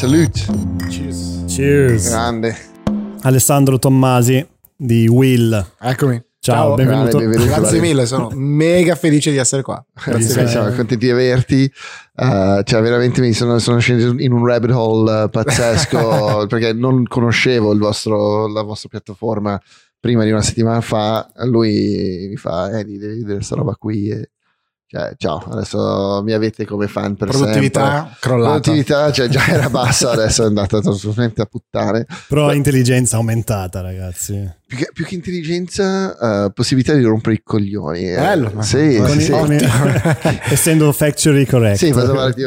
Salute. Cheers. Grande. Alessandro Tommasi di Will. Eccomi. Ciao, benvenuto. Grazie mille, sono mega felice di essere qua. Siamo contenti di averti. Veramente mi sono sceso in un rabbit hole pazzesco perché non conoscevo la vostra piattaforma prima di una settimana fa. Lui mi fa devi vedere questa roba qui ciao, adesso mi avete come fan per produttività sempre. Crollata. Produttività già era bassa, adesso è andata totalmente a puttane. Però intelligenza aumentata, ragazzi. Più che intelligenza, possibilità di rompere i coglioni. Bello. Sì. Essendo factually correct. Sì,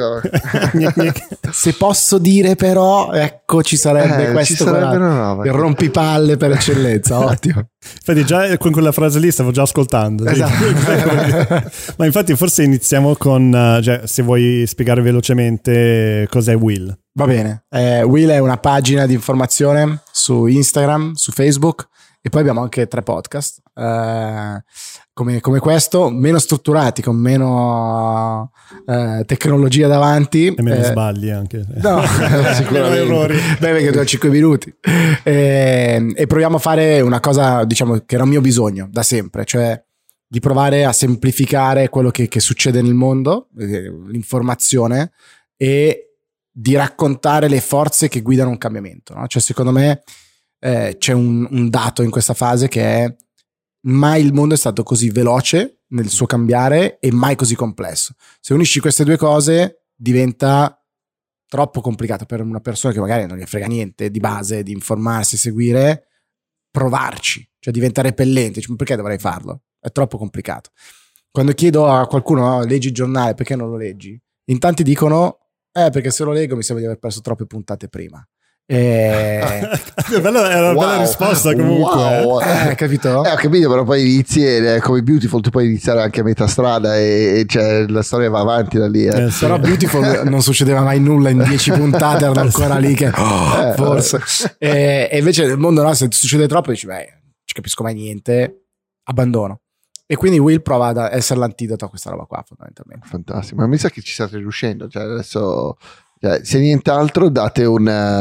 Se posso dire però, ecco, ci sarebbe questo il rompipalle per eccellenza. Ottimo. Infatti già con quella frase lì stavo già ascoltando. Esatto. Ma infatti forse iniziamo con se vuoi spiegare velocemente cos'è Will. Va bene. Will è una pagina di informazione su Instagram, su Facebook, e poi abbiamo anche 3 podcast come questo, meno strutturati, con meno tecnologia davanti e meno sbagli anche. No, sicuramente errori. Beh, perché tu hai 5 minuti e proviamo a fare una cosa, diciamo, che era un mio bisogno da sempre, cioè di provare a semplificare quello che succede nel mondo, l'informazione, e di raccontare le forze che guidano un cambiamento, no? Cioè, secondo me c'è un dato in questa fase che è: mai il mondo è stato così veloce nel suo cambiare e mai così complesso. Se unisci queste due cose diventa troppo complicato per una persona che magari non gli frega niente di base, di informarsi, seguire, provarci, cioè diventa repellente. Cioè, perché dovrei farlo? È troppo complicato. Quando chiedo a qualcuno leggi il giornale, perché non lo leggi? In tanti dicono perché se lo leggo mi sembra di aver perso troppe puntate prima. È una bella risposta comunque. Wow. Capito? Ho capito, però poi inizi come Beautiful, tu puoi iniziare anche a metà strada e cioè, la storia va avanti da lì. Sì. Però Beautiful non succedeva mai nulla in 10 puntate, erano ancora lì che forse. E invece nel mondo, no, se succede troppo dici non ci capisco mai niente, abbandono. E quindi Will prova ad essere l'antidoto a questa roba qua, fondamentalmente. Fantastico, ma mi sa che ci state riuscendo, cioè adesso, se nient'altro date una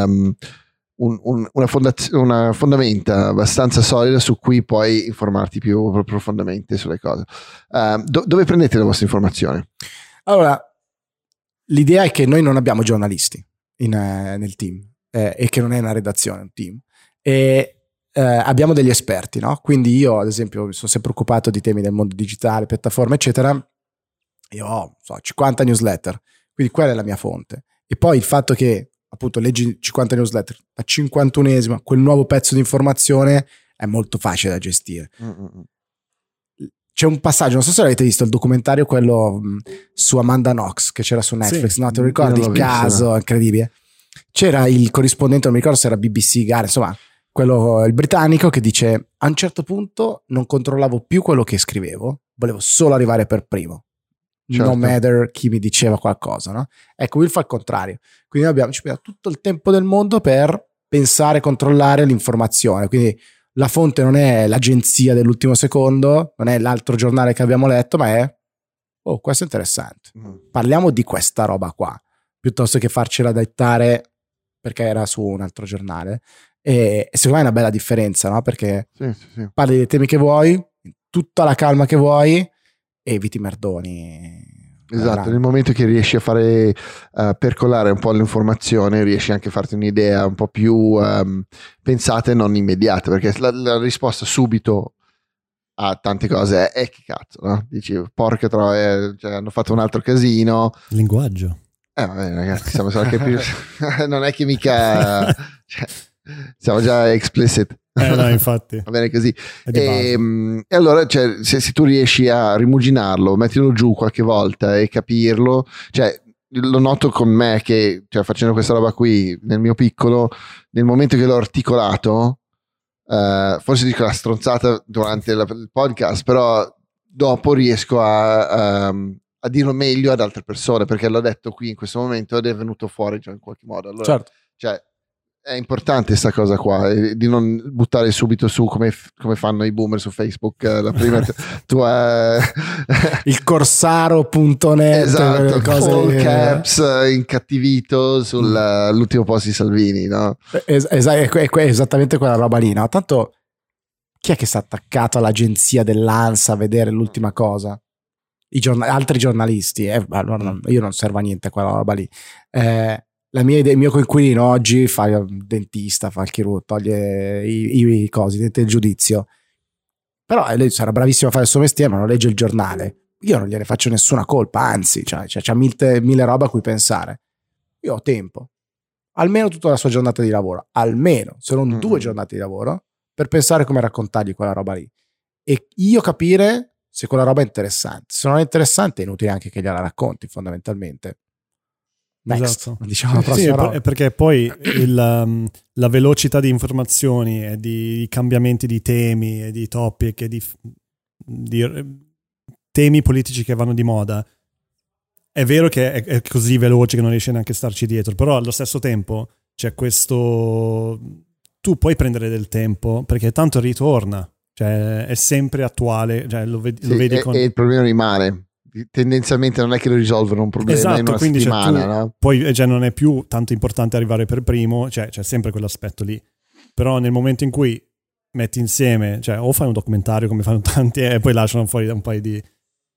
fondamenta abbastanza solida su cui poi informarti più profondamente sulle cose. Dove prendete le vostre informazioni? Allora, l'idea è che noi non abbiamo giornalisti nel team, e che non è una redazione, è un team, e abbiamo degli esperti, no? Quindi io, ad esempio, mi sono sempre occupato di temi del mondo digitale, piattaforme, eccetera. Io ho 50 newsletter, quindi quella è la mia fonte. E poi il fatto che appunto leggi 50 newsletter, la 51esima, quel nuovo pezzo di informazione è molto facile da gestire. C'è un passaggio, non so se l'avete visto, il documentario quello su Amanda Knox che c'era su Netflix, sì, no? Te lo ricordi? Il caso incredibile. C'era il corrispondente, non mi ricordo se era BBC Gara, insomma, quello, il britannico, che dice: a un certo punto non controllavo più quello che scrivevo, volevo solo arrivare per primo. Certo. No matter chi mi diceva qualcosa, no? Ecco, Will fa il contrario. Quindi ci abbiamo tutto il tempo del mondo per pensare, controllare l'informazione. Quindi la fonte non è l'agenzia dell'ultimo secondo, non è l'altro giornale che abbiamo letto, ma è questo è interessante. Parliamo di questa roba qua, piuttosto che farcela dettare perché era su un altro giornale. E secondo me è una bella differenza, no? Perché sì. Parli dei temi che vuoi, in tutta la calma che vuoi, eviti merdoni. Esatto, nel momento che riesci a fare percolare un po' l'informazione, riesci anche a farti un'idea un po' più pensata e non immediata, perché la risposta subito a tante cose è che cazzo, no? Dici porca troia, cioè, hanno fatto un altro casino. Linguaggio. Vabbè, ragazzi, siamo anche più non è che mica siamo già explicit. No, infatti. Va bene così. E allora, cioè, se tu riesci a rimuginarlo, mettilo giù qualche volta e capirlo, cioè, lo noto con me che, cioè, facendo questa roba qui nel mio piccolo, nel momento che l'ho articolato, forse dico la stronzata durante il podcast, però dopo riesco a dirlo meglio ad altre persone, perché l'ho detto qui in questo momento ed è venuto fuori già in qualche modo. Allora, certo. Cioè, è importante sta cosa qua, di non buttare subito su come fanno i boomer su Facebook. La prima tua il corsaro.net, esatto, cose all caps incattivito sull'ultimo post di Salvini, no? È esattamente quella roba lì, no? Tanto chi è che sta attaccato all'agenzia dell'ANSA a vedere l'ultima cosa? Altri giornalisti, allora io non servo a niente a quella roba lì. La mia idea, il mio coinquilino oggi fa il dentista, fa il chirurgo, toglie i cosi, dentro il giudizio. Però lei sarà bravissimo a fare il suo mestiere, ma non legge il giornale. Io non gliene faccio nessuna colpa, anzi, c'ha mille roba a cui pensare. Io ho tempo, almeno tutta la sua giornata di lavoro, almeno, se non 2 giornate di lavoro, per pensare come raccontargli quella roba lì. E io capire se quella roba è interessante. Se non è interessante è inutile anche che gliela racconti, fondamentalmente. Next. Esatto. Diciamo la prossima roba. Perché poi la velocità di informazioni e di cambiamenti di temi e di topic e di temi politici che vanno di moda, è vero che è così veloce che non riesci neanche a starci dietro, però allo stesso tempo c'è questo, tu puoi prendere del tempo perché tanto ritorna, cioè è sempre attuale, cioè lo vedi e il problema rimane. Tendenzialmente non è che lo risolvono un problema, esatto, in una quindi settimana, no? Poi non è più tanto importante arrivare per primo, cioè c'è sempre quell'aspetto lì, però nel momento in cui metti insieme, cioè o fai un documentario come fanno tanti e poi lasciano fuori un paio di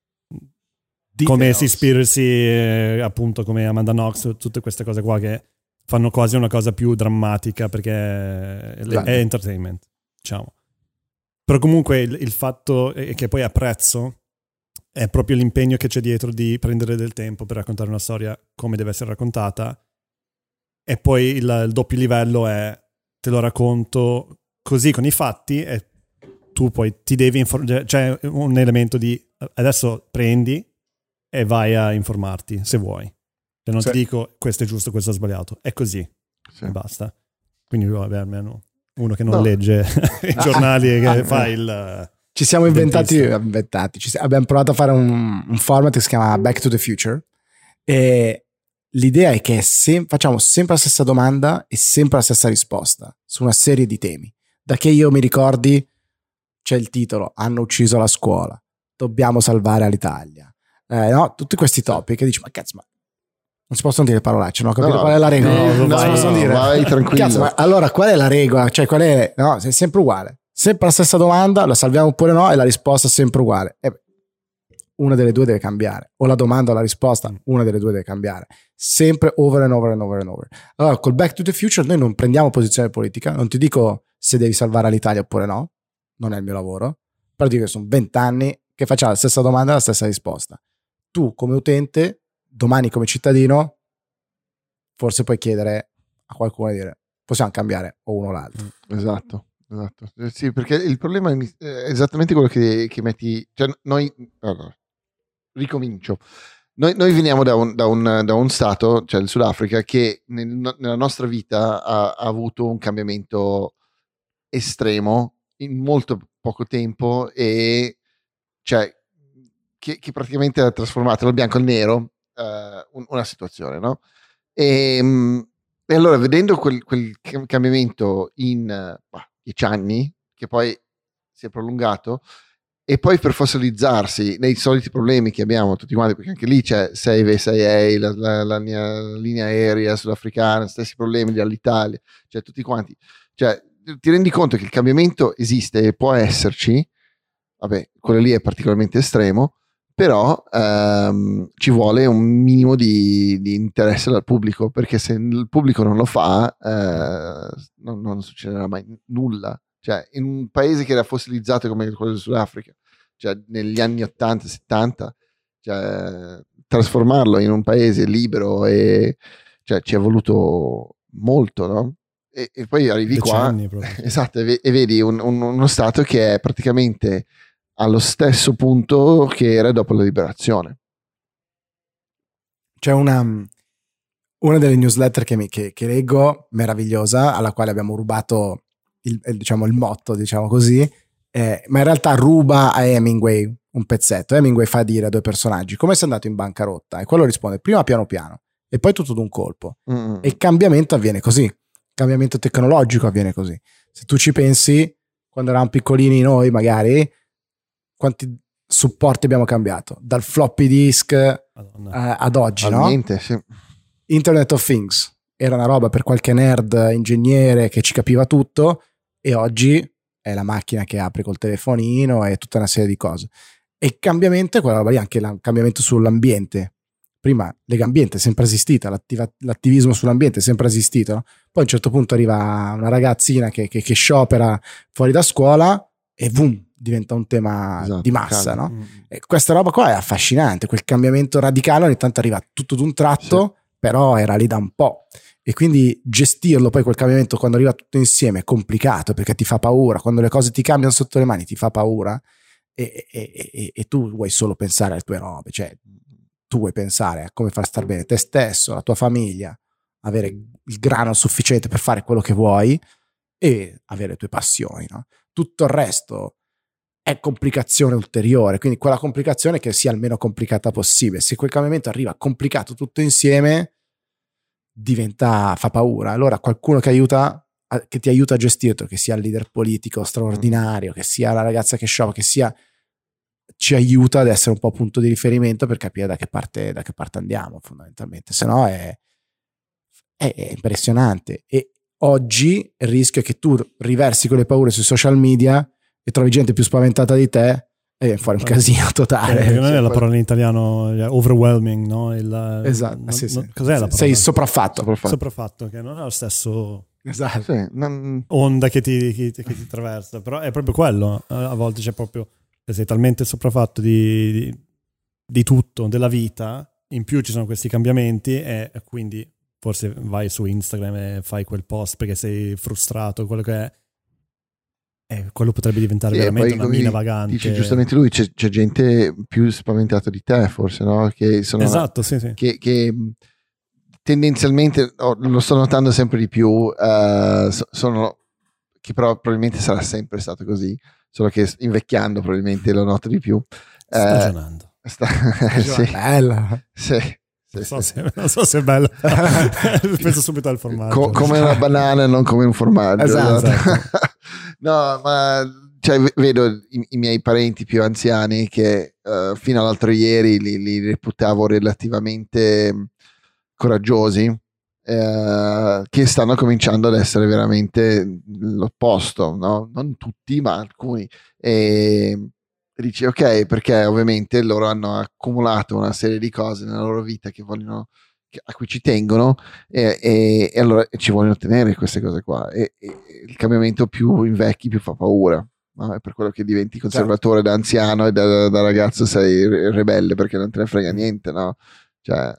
come Seaspiracy, appunto come Amanda Knox, tutte queste cose qua che fanno quasi una cosa più drammatica perché è entertainment, diciamo. Però comunque il fatto è che poi apprezzo è proprio l'impegno che c'è dietro di prendere del tempo per raccontare una storia come deve essere raccontata, e poi il doppio livello è te lo racconto così con i fatti e tu poi ti devi c'è un elemento di adesso prendi e vai a informarti se vuoi, cioè non ti dico questo è giusto, questo è sbagliato, è così e basta. Quindi vabbè, almeno uno che non legge i giornali e che fa il ci siamo inventati, abbiamo provato a fare un format che si chiama Back to the Future e l'idea è che facciamo sempre la stessa domanda e sempre la stessa risposta su una serie di temi. Da che io mi ricordi c'è il titolo hanno ucciso la scuola, dobbiamo salvare l'Italia, no? Tutti questi topic che dici ma cazzo, ma non si possono dire parolacce, non ho capito qual è la regola, non si possono dire, vai tranquillo. Cazzo, ma allora qual è la regola, cioè qual è, no, è sempre uguale. Sempre la stessa domanda, la salviamo oppure no, e la risposta è sempre uguale. Una delle due deve cambiare. O la domanda o la risposta, una delle due deve cambiare. Sempre over and over and over and over. Allora, col Back to the Future noi non prendiamo posizione politica, non ti dico se devi salvare l'Italia oppure no, non è il mio lavoro, però dico che sono 20 anni che facciamo la stessa domanda e la stessa risposta. Tu come utente, domani come cittadino, forse puoi chiedere a qualcuno di dire possiamo cambiare o uno o l'altro. Esatto. Sì, perché il problema è esattamente quello che metti, cioè noi allora, ricomincio. Noi veniamo da un stato, cioè il Sudafrica, che nella nostra vita ha avuto un cambiamento estremo in molto poco tempo e cioè che praticamente ha trasformato dal bianco al nero una situazione, no? E allora vedendo quel cambiamento in 10 anni, che poi si è prolungato, e poi per fossilizzarsi nei soliti problemi che abbiamo tutti quanti, perché anche lì c'è 6 la linea aerea sudafricana, stessi problemi dall'Italia, cioè tutti quanti, cioè ti rendi conto che il cambiamento esiste e può esserci, vabbè, quello lì è particolarmente estremo, però ci vuole un minimo di interesse dal pubblico, perché se il pubblico non lo fa non succederà mai nulla. Cioè in un paese che era fossilizzato come quello del Sudafrica, cioè negli anni 80-70, cioè, trasformarlo in un paese libero e cioè, ci è voluto molto, no? E poi arrivi decenni, qua esatto, e vedi uno stato che è praticamente allo stesso punto che era dopo la liberazione. C'è una delle newsletter che leggo, meravigliosa, alla quale abbiamo rubato il motto, diciamo così, ma in realtà ruba a Hemingway un pezzetto. Hemingway fa dire a 2 personaggi come sei andato in bancarotta, e quello risponde prima piano piano e poi tutto d'un colpo. E il cambiamento avviene così. cambiamento tecnologico avviene così. Se tu ci pensi, quando eravamo piccolini noi magari, quanti supporti abbiamo cambiato? Dal floppy disk ad oggi, no? Niente, sì. Internet of Things era una roba per qualche nerd ingegnere che ci capiva tutto, e oggi è la macchina che apri col telefonino e tutta una serie di cose. E il cambiamento è quella roba lì, anche il cambiamento sull'ambiente. Prima l'ambiente è sempre esistita, l'attivismo sull'ambiente è sempre esistito, no? Poi a un certo punto arriva una ragazzina che sciopera fuori da scuola e boom, diventa un tema, esatto, di massa, no? E questa roba qua è affascinante, quel cambiamento radicale ogni tanto arriva tutto d'un tratto, sì, però era lì da un po'. E quindi gestirlo poi quel cambiamento quando arriva tutto insieme è complicato, perché ti fa paura, quando le cose ti cambiano sotto le mani ti fa paura, e tu vuoi solo pensare alle tue robe, cioè tu vuoi pensare a come far star bene te stesso, la tua famiglia, avere il grano sufficiente per fare quello che vuoi e avere le tue passioni, no? Tutto il resto è complicazione ulteriore, quindi quella complicazione che sia il meno complicata possibile. Se quel cambiamento arriva complicato tutto insieme, fa paura. Allora qualcuno che ti aiuta a gestirlo, che sia il leader politico straordinario, che sia la ragazza che shop, che sia, ci aiuta ad essere un po' punto di riferimento per capire da che parte andiamo, fondamentalmente. Se no è impressionante. E oggi il rischio è che tu riversi quelle paure sui social media e trovi gente più spaventata di te e viene fuori un casino totale. Non è la parola in italiano, overwhelming, no? Esatto, sì. Cos'è la parola? Sei sopraffatto, che non è lo stesso, esatto, sì, onda che ti attraversa, però è proprio quello. A volte c'è proprio, sei talmente sopraffatto di tutto, della vita, in più ci sono questi cambiamenti e quindi forse vai su Instagram e fai quel post perché sei frustrato, quello che è. Quello potrebbe diventare veramente una mina vagante. Dice giustamente lui, c'è gente più spaventata di te, forse, no? Che sono, esatto, sì. Che tendenzialmente, lo sto notando sempre di più, sono, che però probabilmente sarà sempre stato così, solo che invecchiando probabilmente lo noto di più. Stagionando. Sì. Bella. Sì. Non so se è bello. Penso subito al formaggio. Come una banana, non come un formaggio. Esatto. No, ma cioè, vedo i miei parenti più anziani che fino all'altro ieri li reputavo relativamente coraggiosi, che stanno cominciando ad essere veramente l'opposto, no? Non tutti, ma alcuni. E dici ok, perché ovviamente loro hanno accumulato una serie di cose nella loro vita a cui ci tengono, e allora ci vogliono ottenere queste cose qua, e il cambiamento più invecchi più fa paura, no? È per quello che diventi conservatore da anziano e da ragazzo sei ribelle perché non te ne frega niente, no? Cioè,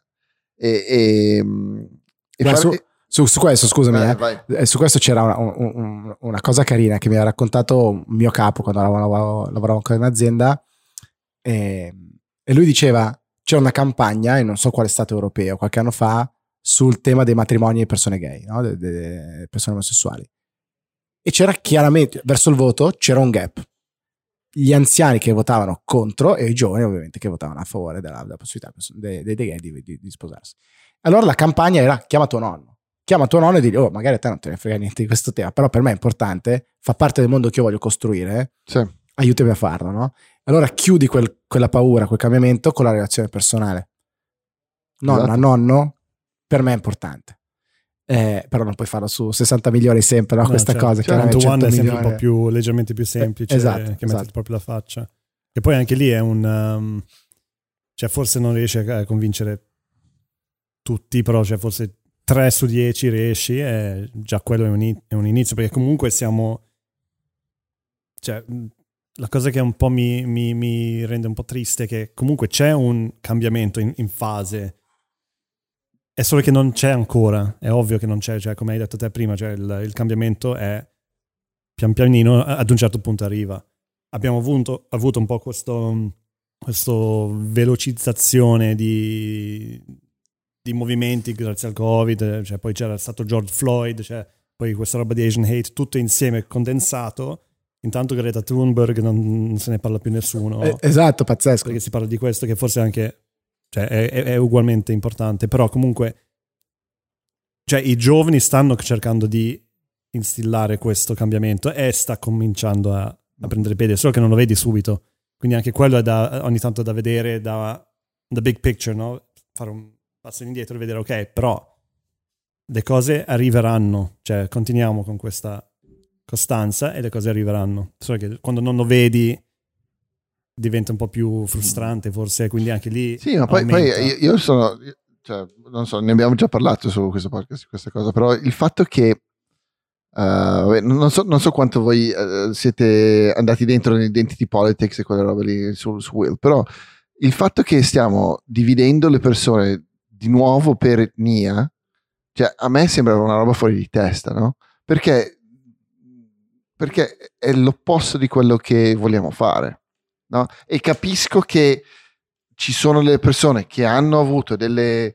su questo, scusami, vai. Su questo c'era una cosa carina che mi ha raccontato un mio capo quando lavoravo ancora in azienda, e lui diceva c'era una campagna in non so quale stato europeo qualche anno fa sul tema dei matrimoni di persone gay, no? Delle persone omosessuali, e c'era chiaramente verso il voto c'era un gap, gli anziani che votavano contro e i giovani ovviamente che votavano a favore della possibilità dei gay di sposarsi. Allora la campagna era chiama tuo nonno e digli magari a te non te ne frega niente di questo tema, però per me è importante, fa parte del mondo che io voglio costruire, sì, aiutami a farlo, no? Allora chiudi quella paura, quel cambiamento con la relazione personale. Nonna, nonno, per me è importante. Però non puoi farlo su 60 milioni sempre, no? Questa cosa. One è sempre un po' più leggermente più semplice, che mettere proprio la faccia. E poi anche lì è cioè forse non riesci a convincere tutti, però cioè forse 3 su 10 riesci, e già quello è un inizio, perché comunque siamo, cioè la cosa che un po' mi rende un po' triste è che comunque c'è un cambiamento in fase, è solo che non c'è ancora, è ovvio che non c'è, cioè come hai detto te prima, cioè il cambiamento è pian pianino, ad un certo punto arriva. Abbiamo avuto un po' questo velocizzazione di movimenti grazie al Covid, cioè poi c'era stato George Floyd, cioè poi questa roba di Asian hate, tutto insieme condensato. Intanto Greta Thunberg non se ne parla più nessuno. Esatto, pazzesco. Perché si parla di questo che forse anche, cioè, è ugualmente importante, però comunque cioè i giovani stanno cercando di instillare questo cambiamento e sta cominciando a prendere piede, solo che non lo vedi subito. Quindi anche quello è ogni tanto da vedere da the big picture, no? Fare un passo indietro e vedere, ok, però le cose arriveranno, cioè continuiamo con questa costanza e le cose arriveranno. Solo che quando non lo vedi diventa un po' più frustrante forse, quindi anche lì sì, ma poi io sono, cioè, non so, ne abbiamo già parlato su questo podcast, questa cosa, però il fatto che non so quanto voi siete andati dentro nell'identity politics e quelle robe lì su Will, però il fatto che stiamo dividendo le persone di nuovo per etnia, cioè a me sembra una roba fuori di testa, no? Perché è l'opposto di quello che vogliamo fare, no? E capisco che ci sono delle persone che hanno avuto delle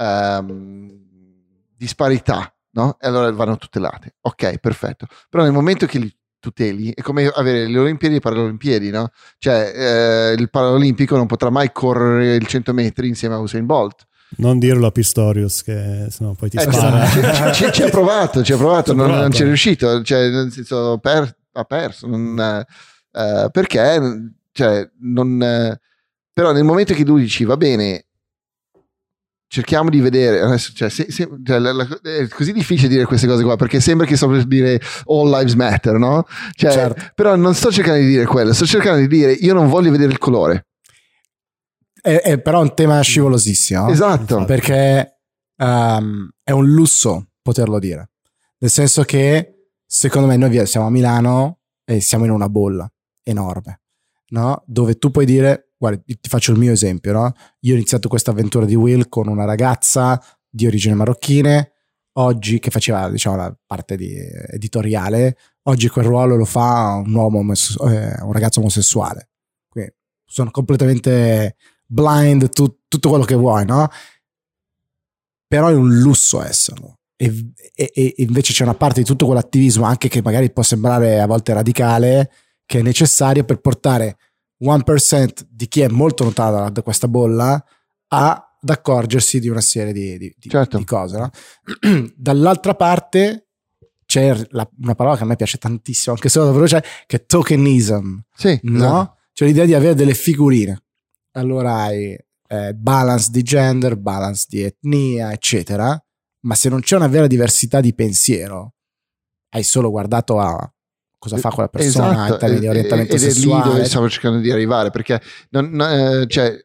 disparità, no? E allora vanno tutelate. Ok, perfetto. Però nel momento che li tuteli è come avere le Olimpiadi e i Paralimpiadi, no? Cioè il Paralimpico non potrà mai correre il 100 metri insieme a Usain Bolt. Non dirlo a Pistorius, che sennò poi ti spara. Ci ha provato, non ci è riuscito, cioè nel senso ha perso, perché cioè, però nel momento che tu dici va bene, cerchiamo di vedere adesso, cioè, è così difficile dire queste cose qua perché sembra che sto per dire all lives matter, no? Cioè, certo. Però non sto cercando di dire quello, sto cercando di dire io non voglio vedere il colore. È però un tema scivolosissimo. Esatto. Perché è un lusso poterlo dire. Nel senso che secondo me noi siamo a Milano e siamo in una bolla enorme, no? Dove tu puoi dire, guarda, ti faccio il mio esempio, no? Io ho iniziato questa avventura di Will con una ragazza di origine marocchine, oggi che faceva, diciamo, la parte di editoriale, oggi quel ruolo lo fa un uomo un ragazzo omosessuale. Quindi sono completamente blind, tutto quello che vuoi, no? Però è un lusso esserlo. E invece c'è una parte di tutto quell'attivismo, anche che magari può sembrare a volte radicale, che è necessario per portare 1% di chi è molto lontano da questa bolla ad accorgersi di una serie certo. di cose, no? Dall'altra parte c'è una parola che a me piace tantissimo, anche se vado veloce, che è tokenism, sì, no? esatto. Cioè l'idea di avere delle figurine. Allora hai balance di gender, balance di etnia, eccetera, ma se non c'è una vera diversità di pensiero, hai solo guardato a cosa fa quella persona, esatto. in termini di orientamento sessuale. È lì dove stavo cercando di arrivare, perché cioè,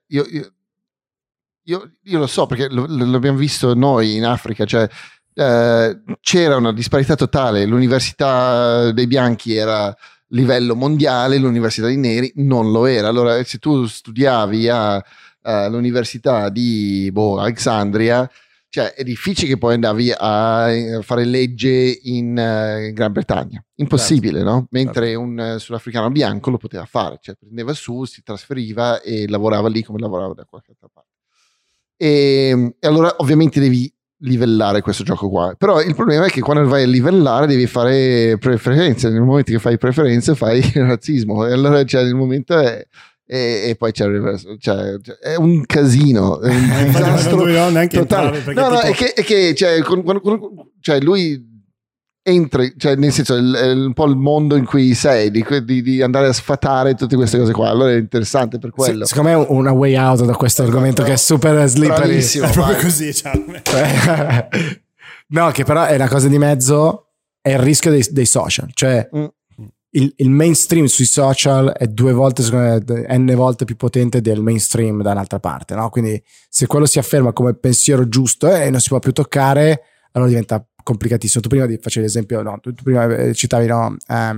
io lo so, perché l'abbiamo visto noi in Africa, cioè c'era una disparità totale, l'università dei bianchi era livello mondiale, l'università dei neri non lo era. Allora se tu studiavi all'università di Alexandria, cioè è difficile che poi andavi a fare legge in Gran Bretagna, impossibile, certo. No? Mentre certo. Un sudafricano bianco lo poteva fare, cioè prendeva su, si trasferiva e lavorava lì come lavorava da qualche altra parte. E allora ovviamente devi livellare questo gioco qua, però il problema è che quando vai a livellare devi fare preferenze, nel momento che fai preferenze fai razzismo, e allora cioè, nel momento e poi c'è il reverso, cioè, è un casino, è un disastro totale. No, tipo... è che cioè, lui entra, cioè, nel senso è un po' il mondo in cui sei, di andare a sfatare tutte queste cose qua, allora è interessante per quello. Secondo me è una way out da questo argomento che è super slippery. Bravissimo, è proprio così, cioè. No, che però è una cosa di mezzo, è il rischio dei social, cioè il mainstream sui social è 2 volte, secondo me, n volte più potente del mainstream da un'altra parte, no? Quindi se quello si afferma come pensiero giusto e non si può più toccare, allora diventa complicatissimo. Tu prima facevi l'esempio, no? Tu prima citavi, no?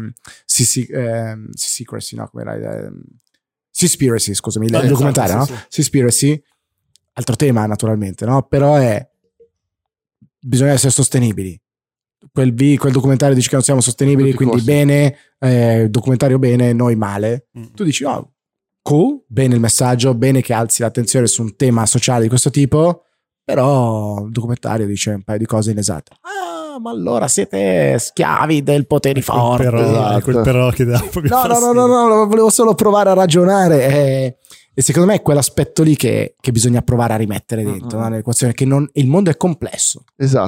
Secrecy, no? Come era? Seaspiracy, scusami, il documentario, no? Sì. Seaspiracy, altro tema naturalmente, no? Però bisogna essere sostenibili. Quel documentario dice che non siamo sostenibili, tutti quindi costi. Bene, documentario bene, noi male. Tu dici, oh, cool, bene il messaggio, bene che alzi l'attenzione su un tema sociale di questo tipo, però il documentario dice un paio di cose inesatte. Ah, ma allora siete schiavi del potere forte. Quel però che dà un po' più fastidio. No, volevo solo provare a ragionare e secondo me è quell'aspetto lì che bisogna provare a rimettere dentro, no? Nell'equazione, che il mondo è complesso. Esatto.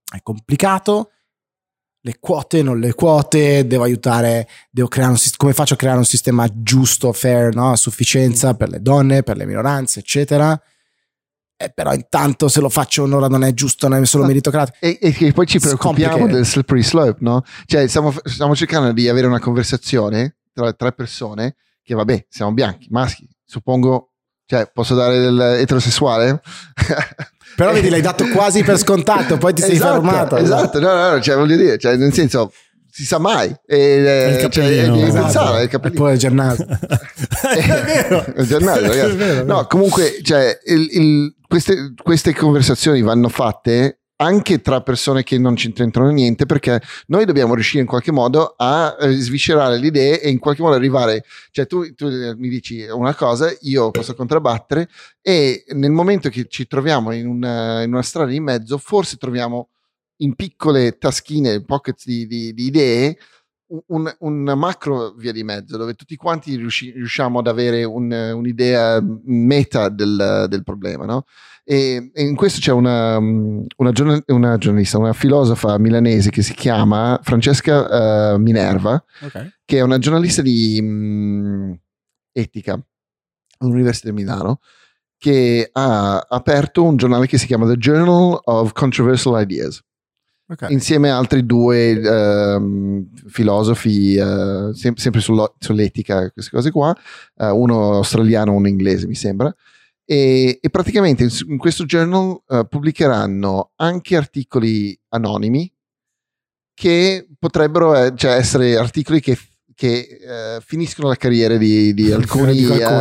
è complicato, le quote, non le quote, devo aiutare, devo creare come faccio a creare un sistema giusto, fair, no? A sufficienza per le donne, per le minoranze, eccetera. Però intanto se lo faccio un'ora non è giusto, non è solo meritocratico. E che poi ci preoccupiamo del slippery slope, no? Cioè stiamo cercando di avere una conversazione tra 3 persone che vabbè, siamo bianchi, maschi, suppongo, cioè posso dare dell'eterosessuale? Però vedi, l'hai dato quasi per scontato, poi ti sei fermato. Esatto, no, cioè voglio dire, cioè nel senso, si sa mai. Devi pensare, il capellino. E poi il Gennaro. È vero. Il Gennaro, ragazzi. È vero. No, comunque, cioè, queste conversazioni vanno fatte anche tra persone che non ci c'entrano niente, perché noi dobbiamo riuscire in qualche modo a sviscerare le idee e in qualche modo arrivare, cioè tu mi dici una cosa, io posso contrabbattere, e nel momento che ci troviamo in una strada in mezzo, forse troviamo in piccole taschine, pockets di idee, un macro via di mezzo dove tutti quanti riusciamo ad avere un'idea meta del problema, no? E in questo c'è una giornalista, una filosofa milanese che si chiama Francesca Minerva, che è una giornalista di etica all'Università di Milano, che ha aperto un giornale che si chiama The Journal of Controversial Ideas. Insieme a altri 2 filosofi, sempre sull'etica, queste cose qua, uno australiano e uno inglese mi sembra, e praticamente in questo journal pubblicheranno anche articoli anonimi che potrebbero essere articoli che finiscono la carriera di alcuni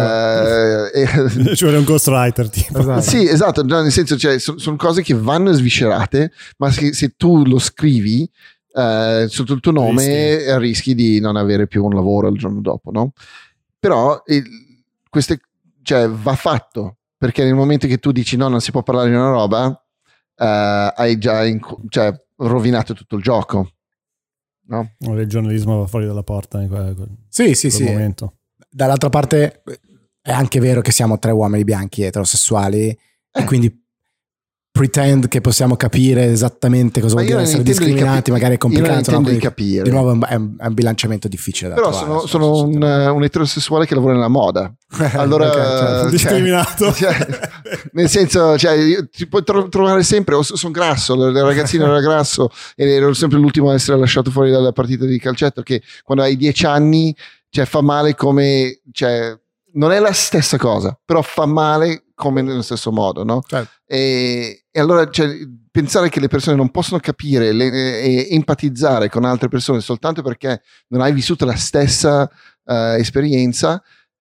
ci vuole un ghostwriter tipo. Esatto. Sì, esatto, no, nel senso, cioè, sono cose che vanno sviscerate, ma se tu lo scrivi sotto il tuo nome rischi di non avere più un lavoro il giorno dopo, no? Però cioè, va fatto, perché nel momento che tu dici no, non si può parlare di una roba, hai già rovinato tutto il gioco. No? Il giornalismo va fuori dalla porta in quel sì. momento. Dall'altra parte è anche vero che siamo 3 uomini bianchi eterosessuali e quindi pretend che possiamo capire esattamente cosa vuol dire essere discriminati, magari è complicato. Io non intendo di capire. Di nuovo è un bilanciamento difficile da però trovare. sono un eterosessuale che lavora nella moda, allora discriminato, nel senso, cioè, ti puoi trovare sempre, sono grasso, il ragazzino era grasso ed ero sempre l'ultimo a essere lasciato fuori dalla partita di calcetto, che quando hai 10 anni, cioè, fa male come, cioè, non è la stessa cosa, però fa male come nello stesso modo, no? Certo. E allora, cioè, pensare che le persone non possono capire e empatizzare con altre persone soltanto perché non hai vissuto la stessa esperienza,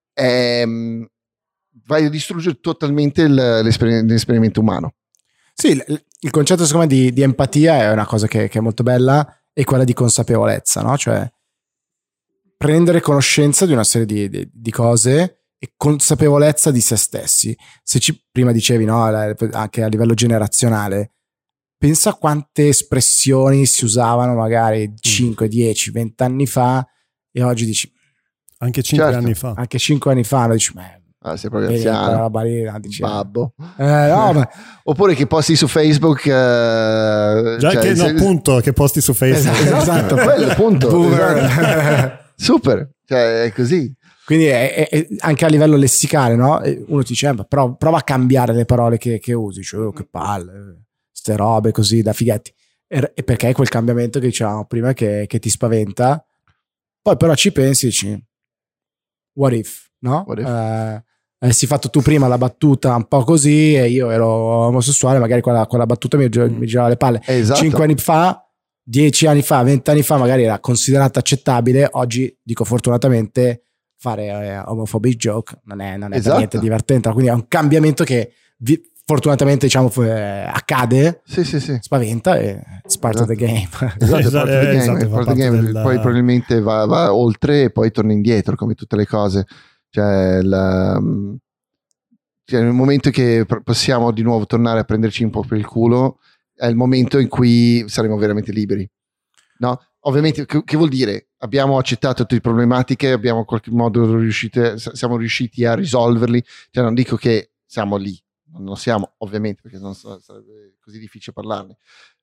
vai a distruggere totalmente l'esperimento umano. Sì, il concetto secondo me di empatia è una cosa che è molto bella, e quella di consapevolezza, no? Cioè prendere conoscenza di una serie di cose e consapevolezza di se stessi. Prima dicevi, no, anche a livello generazionale, pensa a quante espressioni si usavano magari 5, 10, 20 anni fa, e oggi dici anche 5 anni fa. Anche 5 anni fa, no, dici sei proprio anziano, babbo. No, oppure che posti su Facebook, appunto, che posti su Facebook. Esatto, quello appunto. Super, cioè è così. Quindi è anche a livello lessicale, no? Uno ti dice, prova a cambiare le parole che usi, cioè, che palle, ste robe così da fighetti. E perché è quel cambiamento che dicevamo prima che ti spaventa. Poi però ci pensi e dici, what if, no? What if? Avessi fatto tu prima la battuta un po' così e io ero omosessuale, magari quella battuta mi girava le palle. Esatto. 5 anni fa, 10 anni fa, 20 anni fa magari era considerata accettabile. Oggi, dico fortunatamente, fare homophobic joke non è esatto. Per niente divertente, quindi è un cambiamento che fortunatamente, diciamo, accade. Sì. Spaventa, e it's part of the game. Esatto, poi probabilmente va oltre e poi torna indietro, come tutte le cose. Cioè nel momento che possiamo di nuovo tornare a prenderci un po' per il culo, è il momento in cui saremo veramente liberi, no? Ovviamente, che vuol dire? Abbiamo accettato tutte le problematiche, abbiamo in qualche modo siamo riusciti a risolverli. Cioè, non dico che siamo lì, non siamo, ovviamente, perché non sarebbe così difficile parlarne,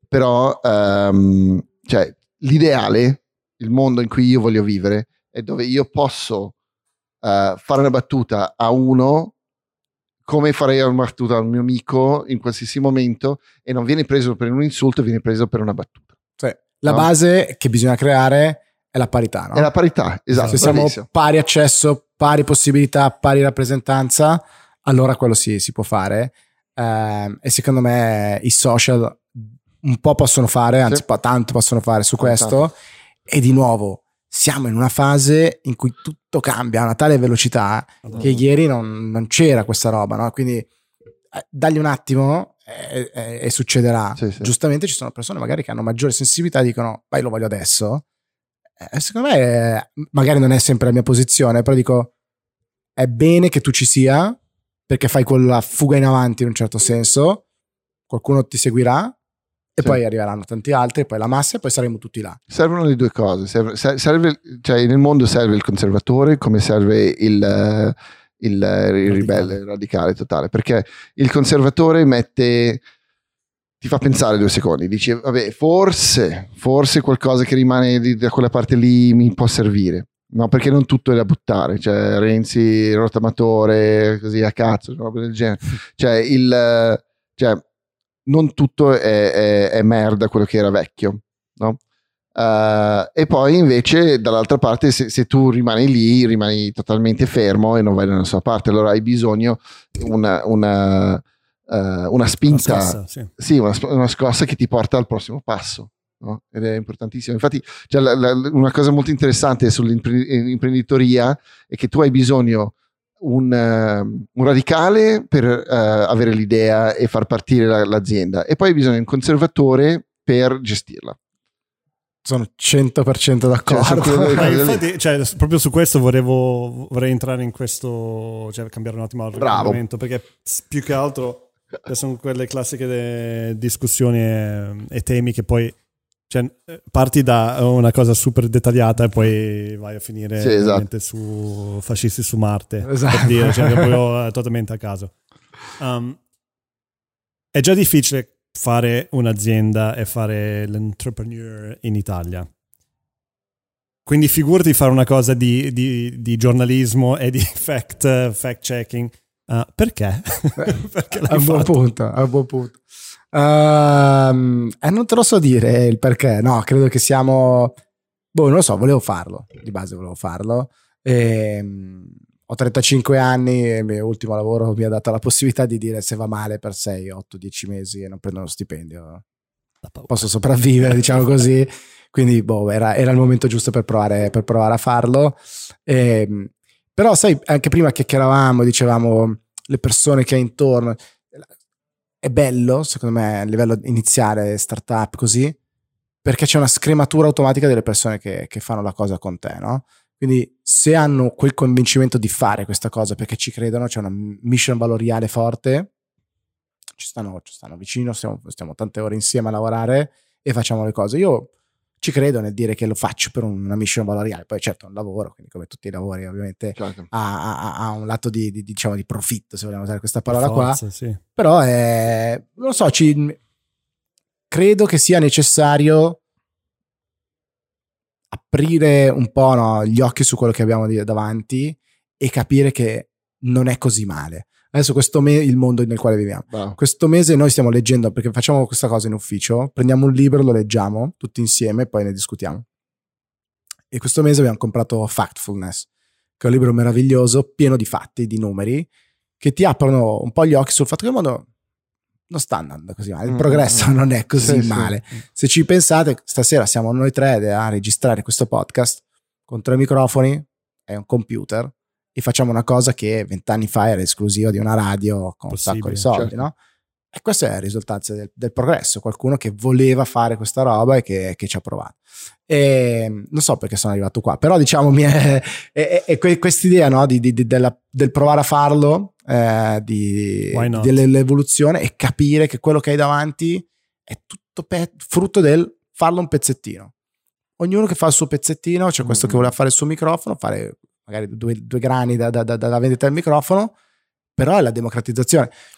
però cioè, l'ideale, il mondo in cui io voglio vivere è dove io posso fare una battuta a uno come farei una battuta al mio amico in qualsiasi momento, e non viene preso per un insulto, viene preso per una battuta. Cioè, la base che bisogna creare è la parità, no? È la parità, esatto. Se siamo pari accesso, pari possibilità, pari rappresentanza, allora quello si può fare. E secondo me i social un po' possono fare, anzi tanto possono fare su questo. E di nuovo siamo in una fase in cui tutto cambia a una tale velocità che ieri non c'era questa roba, no? Quindi dagli un attimo e succederà. Sì. Giustamente ci sono persone magari che hanno maggiore sensibilità e dicono vai, lo voglio adesso. Secondo me magari non è sempre la mia posizione, però dico è bene che tu ci sia, perché fai quella fuga in avanti in un certo senso, qualcuno ti seguirà e poi arriveranno tanti altri, poi la massa, e poi saremo tutti là. Servono le due cose. Serve, cioè nel mondo serve il conservatore come serve il ribelle, il radicale totale, perché il conservatore ti fa pensare 2 secondi, dici vabbè, forse qualcosa che rimane da quella parte lì mi può servire. No, perché non tutto è da buttare, cioè Renzi rottamatore così a cazzo, roba del genere. Cioè non tutto è merda quello che era vecchio, no? E poi invece dall'altra parte se tu rimani lì, rimani totalmente fermo e non vai da nessuna parte, allora hai bisogno una spinta, una scossa, una scossa che ti porta al prossimo passo. No? Ed è importantissimo. Infatti una cosa molto interessante sull'imprenditoria è che tu hai bisogno un radicale per avere l'idea e far partire l'azienda, e poi hai bisogno di un conservatore per gestirla. Sono 100% d'accordo. Infatti, proprio su questo vorrei entrare in questo, cambiare un attimo l'argomento, perché più che altro sono quelle classiche discussioni e temi che poi parti da una cosa super dettagliata e poi vai a finire su fascisti su Marte, per dire, proprio totalmente a caso. È già difficile fare un'azienda e fare l'entrepreneur in Italia, quindi figurati fare una cosa di giornalismo e di fact checking. Perché? Perché l'hai fatto? È un buon punto. Non te lo so dire il perché. No, credo che siamo, non lo so, volevo farlo, di base volevo farlo. Ho 35 anni e il mio ultimo lavoro mi ha dato la possibilità di dire se va male per 6, 8, 10 mesi e non prendo uno stipendio posso sopravvivere, diciamo così. Quindi era il momento giusto per provare a farlo. Però sai, anche prima chiacchieravamo, dicevamo le persone che hai intorno. È bello, secondo me, a livello iniziale, startup così, perché c'è una scrematura automatica delle persone che fanno la cosa con te, no? Quindi se hanno quel convincimento di fare questa cosa perché ci credono, c'è una mission valoriale forte, ci stanno vicino, stiamo tante ore insieme a lavorare e facciamo le cose. Io ci credo nel dire che lo faccio per una mission valoriale, poi certo è un lavoro, quindi come tutti i lavori ovviamente ha un lato di profitto, se vogliamo usare questa parola qua, sì. Però non lo so, credo che sia necessario aprire un po' gli occhi su quello che abbiamo davanti e capire che non è così male. Adesso il mondo nel quale viviamo. Wow. Questo mese noi stiamo leggendo, perché facciamo questa cosa in ufficio, prendiamo un libro, lo leggiamo tutti insieme e poi ne discutiamo. E questo mese abbiamo comprato Factfulness, che è un libro meraviglioso, pieno di fatti, di numeri, che ti aprono un po' gli occhi sul fatto che il mondo non sta andando così male, il progresso non è così male. Se ci pensate, stasera siamo noi 3 a registrare questo podcast con 3 microfoni e un computer, e facciamo una cosa che 20 anni fa era esclusiva di una radio con un sacco di soldi, no? E questo è il risultato del progresso, qualcuno che voleva fare questa roba e che ci ha provato. E non so perché sono arrivato qua, però diciamo quest'idea, no, del provare a farlo, dell'evoluzione, e capire che quello che hai davanti è tutto frutto del farlo un pezzettino. Ognuno che fa il suo pezzettino, c'è questo che voleva fare il suo microfono, fare magari due grani da vendita del microfono, però è la democratizzazione.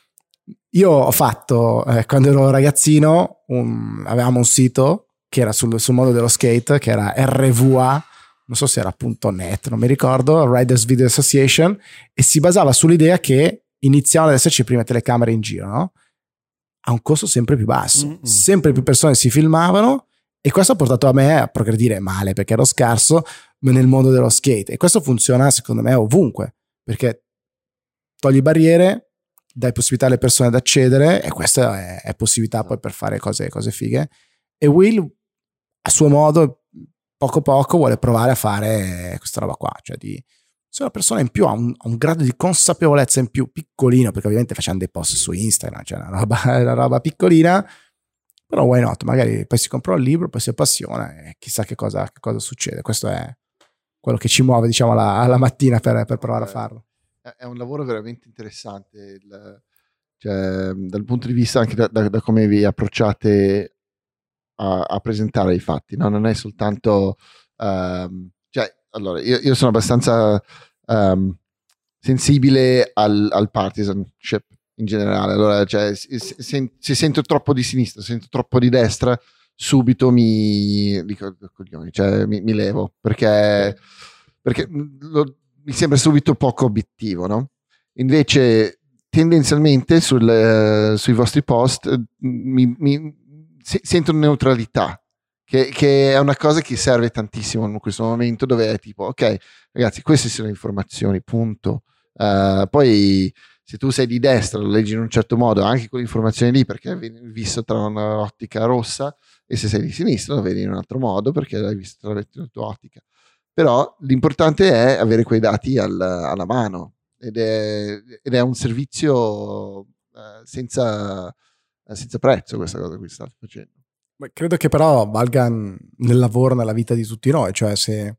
io ho fatto, quando ero ragazzino, avevamo un sito che era sul mondo dello skate, che era RVA, non so se era .net, non mi ricordo, Riders Video Association, e si basava sull'idea che iniziavano ad esserci prime telecamere in giro, no? A un costo sempre più basso, sempre più persone si filmavano, e questo ha portato a me a progredire male, perché ero scarso nel mondo dello skate, e questo funziona secondo me ovunque, perché togli barriere, dai possibilità alle persone ad accedere, e questa è possibilità poi per fare cose fighe. E Will a suo modo poco vuole provare a fare questa roba qua, cioè di se una persona in più ha un grado di consapevolezza in più piccolino, perché ovviamente facciamo dei post su Instagram, cioè una roba piccolina, però why not, magari poi si compra un libro, poi si appassiona e chissà che cosa succede. Questo è quello che ci muove, diciamo, alla mattina per provare a farlo. È un lavoro veramente interessante, cioè, dal punto di vista anche da come vi approcciate a presentare i fatti, no? Non è soltanto cioè, allora io sono abbastanza sensibile al partisanship in generale, allora cioè, se sento troppo di sinistra, se sento troppo di destra, subito mi levo, perché mi sembra subito poco obiettivo, no? Invece tendenzialmente sui vostri post sento neutralità, che è una cosa che serve tantissimo in questo momento, dove è tipo, ok ragazzi, queste sono le informazioni, punto. Poi se tu sei di destra lo leggi in un certo modo, anche quelle informazioni lì, perché viene visto tra un'ottica rossa, e se sei di sinistra lo vedi in un altro modo perché l'hai visto tra la tua ottica. Però l'importante è avere quei dati alla mano, ed è un servizio senza prezzo, questa cosa che state facendo. Credo che però valga nel lavoro, nella vita di tutti noi, cioè se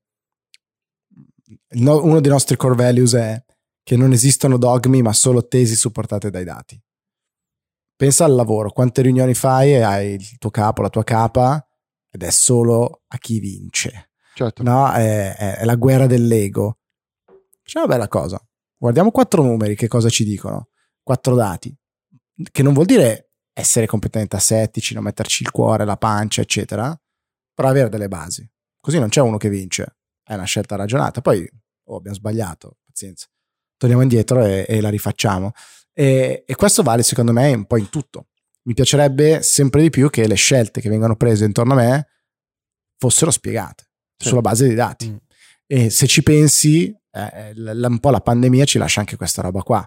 uno dei nostri core values è che non esistono dogmi ma solo tesi supportate dai dati. Pensa al lavoro, quante riunioni fai e hai il tuo capo, la tua capa, ed è solo a chi vince. Certo. No, è la guerra dell'ego. C'è una bella cosa, guardiamo 4 numeri, che cosa ci dicono, 4 dati, che non vuol dire essere completamente asettici, non metterci il cuore, la pancia eccetera, però avere delle basi, così non c'è uno che vince, è una scelta ragionata. Poi abbiamo sbagliato, pazienza, torniamo indietro e la rifacciamo, e questo vale secondo me un po' in tutto. Mi piacerebbe sempre di più che le scelte che vengono prese intorno a me fossero spiegate sulla base dei dati. E se ci pensi, un po' la pandemia ci lascia anche questa roba qua.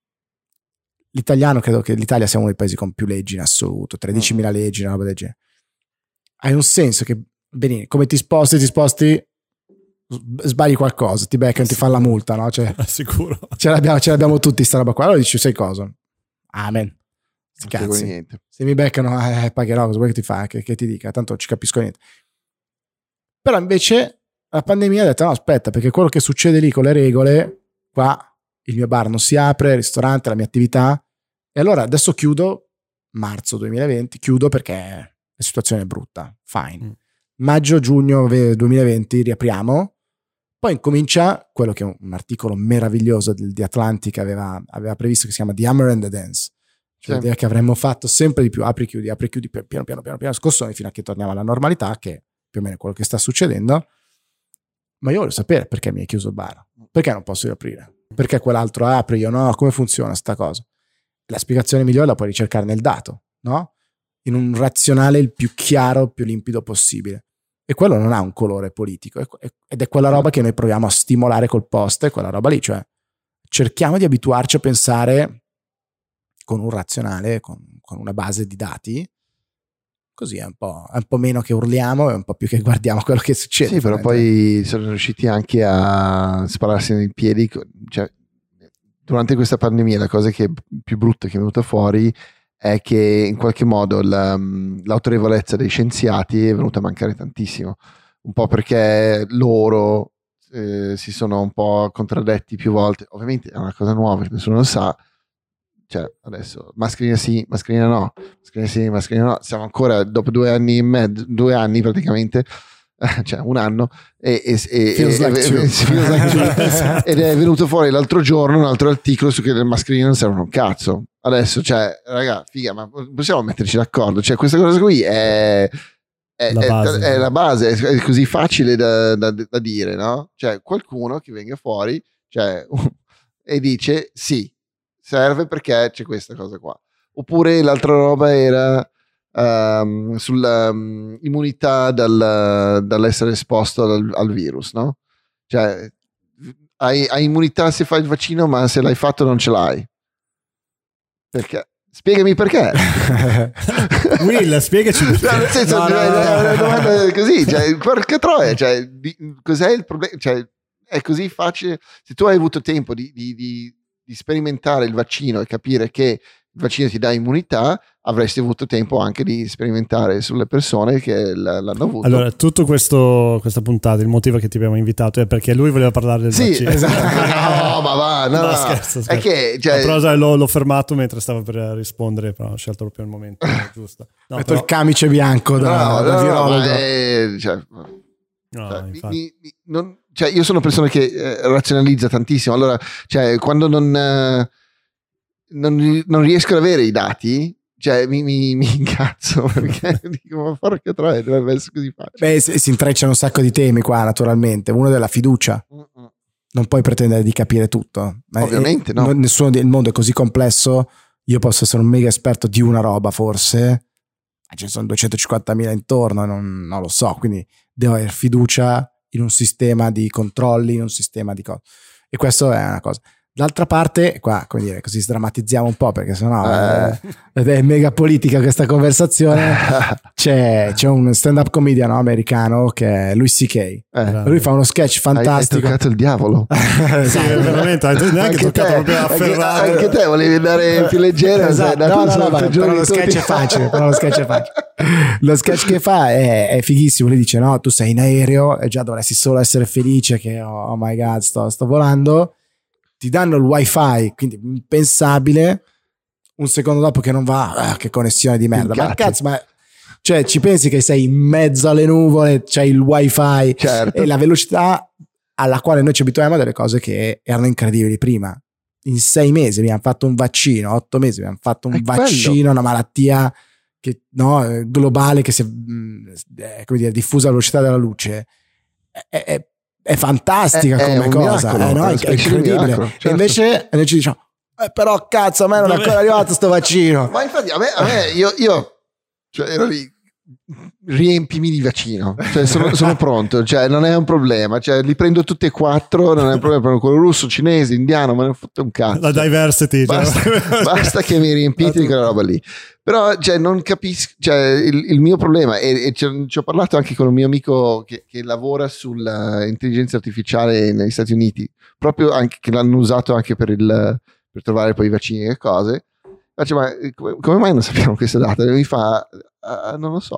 L'italiano, credo che l'Italia sia uno dei paesi con più leggi in assoluto, 13.000 leggi, una roba del genere. Hai un senso che, bene, come ti sposti, sbagli qualcosa, ti beccano, ti fanno la multa, no? Cioè, sicuro. Ce l'abbiamo tutti sta roba qua. Allora dici, sai cosa? Amen. Sti cazzi. Niente. Se mi beccano, pagherò, cosa vuoi che ti fa? Che ti dica? Tanto non ci capisco niente. Però invece la pandemia ha detto no, aspetta, perché quello che succede lì con le regole, qua il mio bar non si apre, il ristorante, la mia attività, e allora adesso chiudo, marzo 2020, chiudo perché la situazione è brutta, fine. Maggio, giugno 2020 riapriamo, poi incomincia quello che è un articolo meraviglioso di Atlantic aveva previsto, che si chiama The Hammer and the Dance, cioè l'idea che avremmo fatto sempre di più, apri chiudi, piano, scossoni, fino a che torniamo alla normalità, che più o meno è quello che sta succedendo. Ma io voglio sapere perché mi hai chiuso il bar, perché non posso riaprire, perché quell'altro apre, io no, come funziona sta cosa? La spiegazione migliore la puoi ricercare nel dato, no? In un razionale il più chiaro, più limpido possibile, e quello non ha un colore politico, ed è quella roba che noi proviamo a stimolare col post, è quella roba lì, cioè cerchiamo di abituarci a pensare con un razionale, con una base di dati. Così è un po' meno che urliamo e un po' più che guardiamo quello che succede. Sì, però poi sono riusciti anche a spararsi nei piedi. Cioè, durante questa pandemia la cosa che è più brutta che è venuta fuori è che in qualche modo l'autorevolezza dei scienziati è venuta a mancare tantissimo. Un po' perché loro si sono un po' contraddetti più volte. Ovviamente è una cosa nuova che nessuno lo sa. Cioè, adesso mascherina sì, mascherina no, mascherina sì, mascherina no. Siamo ancora dopo 2 anni e mezzo, 2 anni praticamente, cioè un anno, ed è venuto fuori l'altro giorno un altro articolo su che le mascherine non servono un cazzo. adesso, cioè, raga, figa, ma possiamo metterci d'accordo? Cioè, questa cosa qui è la base, è così facile da dire, no? Cioè, qualcuno che venga fuori, cioè, e dice sì, serve perché c'è questa cosa qua. Oppure l'altra roba era sull'immunità dall'essere esposto al virus, no? Cioè, hai immunità se fai il vaccino, ma se l'hai fatto non ce l'hai. Perché? Spiegami perché. Will, spiegaci perché. No, nel senso, una domanda così, cioè, porca troia, cioè, cos'è il problema? Cioè, è così facile. Se tu hai avuto tempo di sperimentare il vaccino e capire che il vaccino ti dà immunità, avresti avuto tempo anche di sperimentare sulle persone che l'hanno avuto. Allora, tutto questa puntata, il motivo che ti abbiamo invitato è perché lui voleva parlare del vaccino. Esatto. No, ma va, no. Scherzo. È che, cioè... Però l'ho fermato mentre stavo per rispondere, però ho scelto proprio il momento giusto. No, metto il camice bianco da virologo. Cioè, io sono una persona che razionalizza tantissimo, allora, cioè, quando non riesco ad avere i dati, cioè mi incazzo, perché dico, ma porca troia, dovrebbe essere così facile. Beh, si intrecciano un sacco di temi qua, naturalmente. Uno della fiducia. Non puoi pretendere di capire tutto. Ovviamente no. Il mondo è così complesso. Io posso essere un mega esperto di una roba, forse, ma ce ne sono 250.000 intorno, non lo so, quindi devo avere fiducia in un sistema di controlli, in un sistema di cose. E questo è una cosa. D'altra parte, qua, come dire, così sdrammatizziamo un po', perché sennò è mega politica questa conversazione. C'è un stand-up comedian americano che è Louis C.K. Lui fa uno sketch fantastico. Hai toccato il diavolo. Sì, veramente, neanche toccato proprio a ferrare. Anche te volevi andare più leggero. Esatto. No, però lo sketch è facile. Lo sketch che fa è fighissimo. Lui dice, no, tu sei in aereo e già dovresti solo essere felice che, oh my god, sto volando. Ti danno il wifi, quindi impensabile, un secondo dopo che non va, che connessione di merda. Ma cazzo, cioè, ci pensi che sei in mezzo alle nuvole, c'hai il wifi, certo, e la velocità alla quale noi ci abituiamo a delle cose che erano incredibili prima. In 6 mesi abbiamo fatto un vaccino, 8 mesi abbiamo fatto un vaccino, una malattia che, globale che si è come dire, diffusa alla velocità della luce. È fantastica come cosa, miracolo, è incredibile. Miracolo, certo. E invece noi ci diciamo, però cazzo, a me non è ancora arrivato sto vaccino. Ma infatti a me io cioè, ero lì, riempimi di vaccino, cioè, sono pronto, cioè, non è un problema, cioè, li prendo tutti e 4, non è un problema, prendo quello russo, cinese, indiano, ma non fotte un cazzo. La diversity, basta che mi riempite di quella roba lì. Però, cioè, non capisco, cioè, il mio problema, e ci ho parlato anche con un mio amico che lavora sull'intelligenza artificiale negli Stati Uniti, proprio anche che l'hanno usato anche per trovare poi i vaccini e cose. Faccio, ma come mai non sappiamo questa data? E mi fa, non lo so.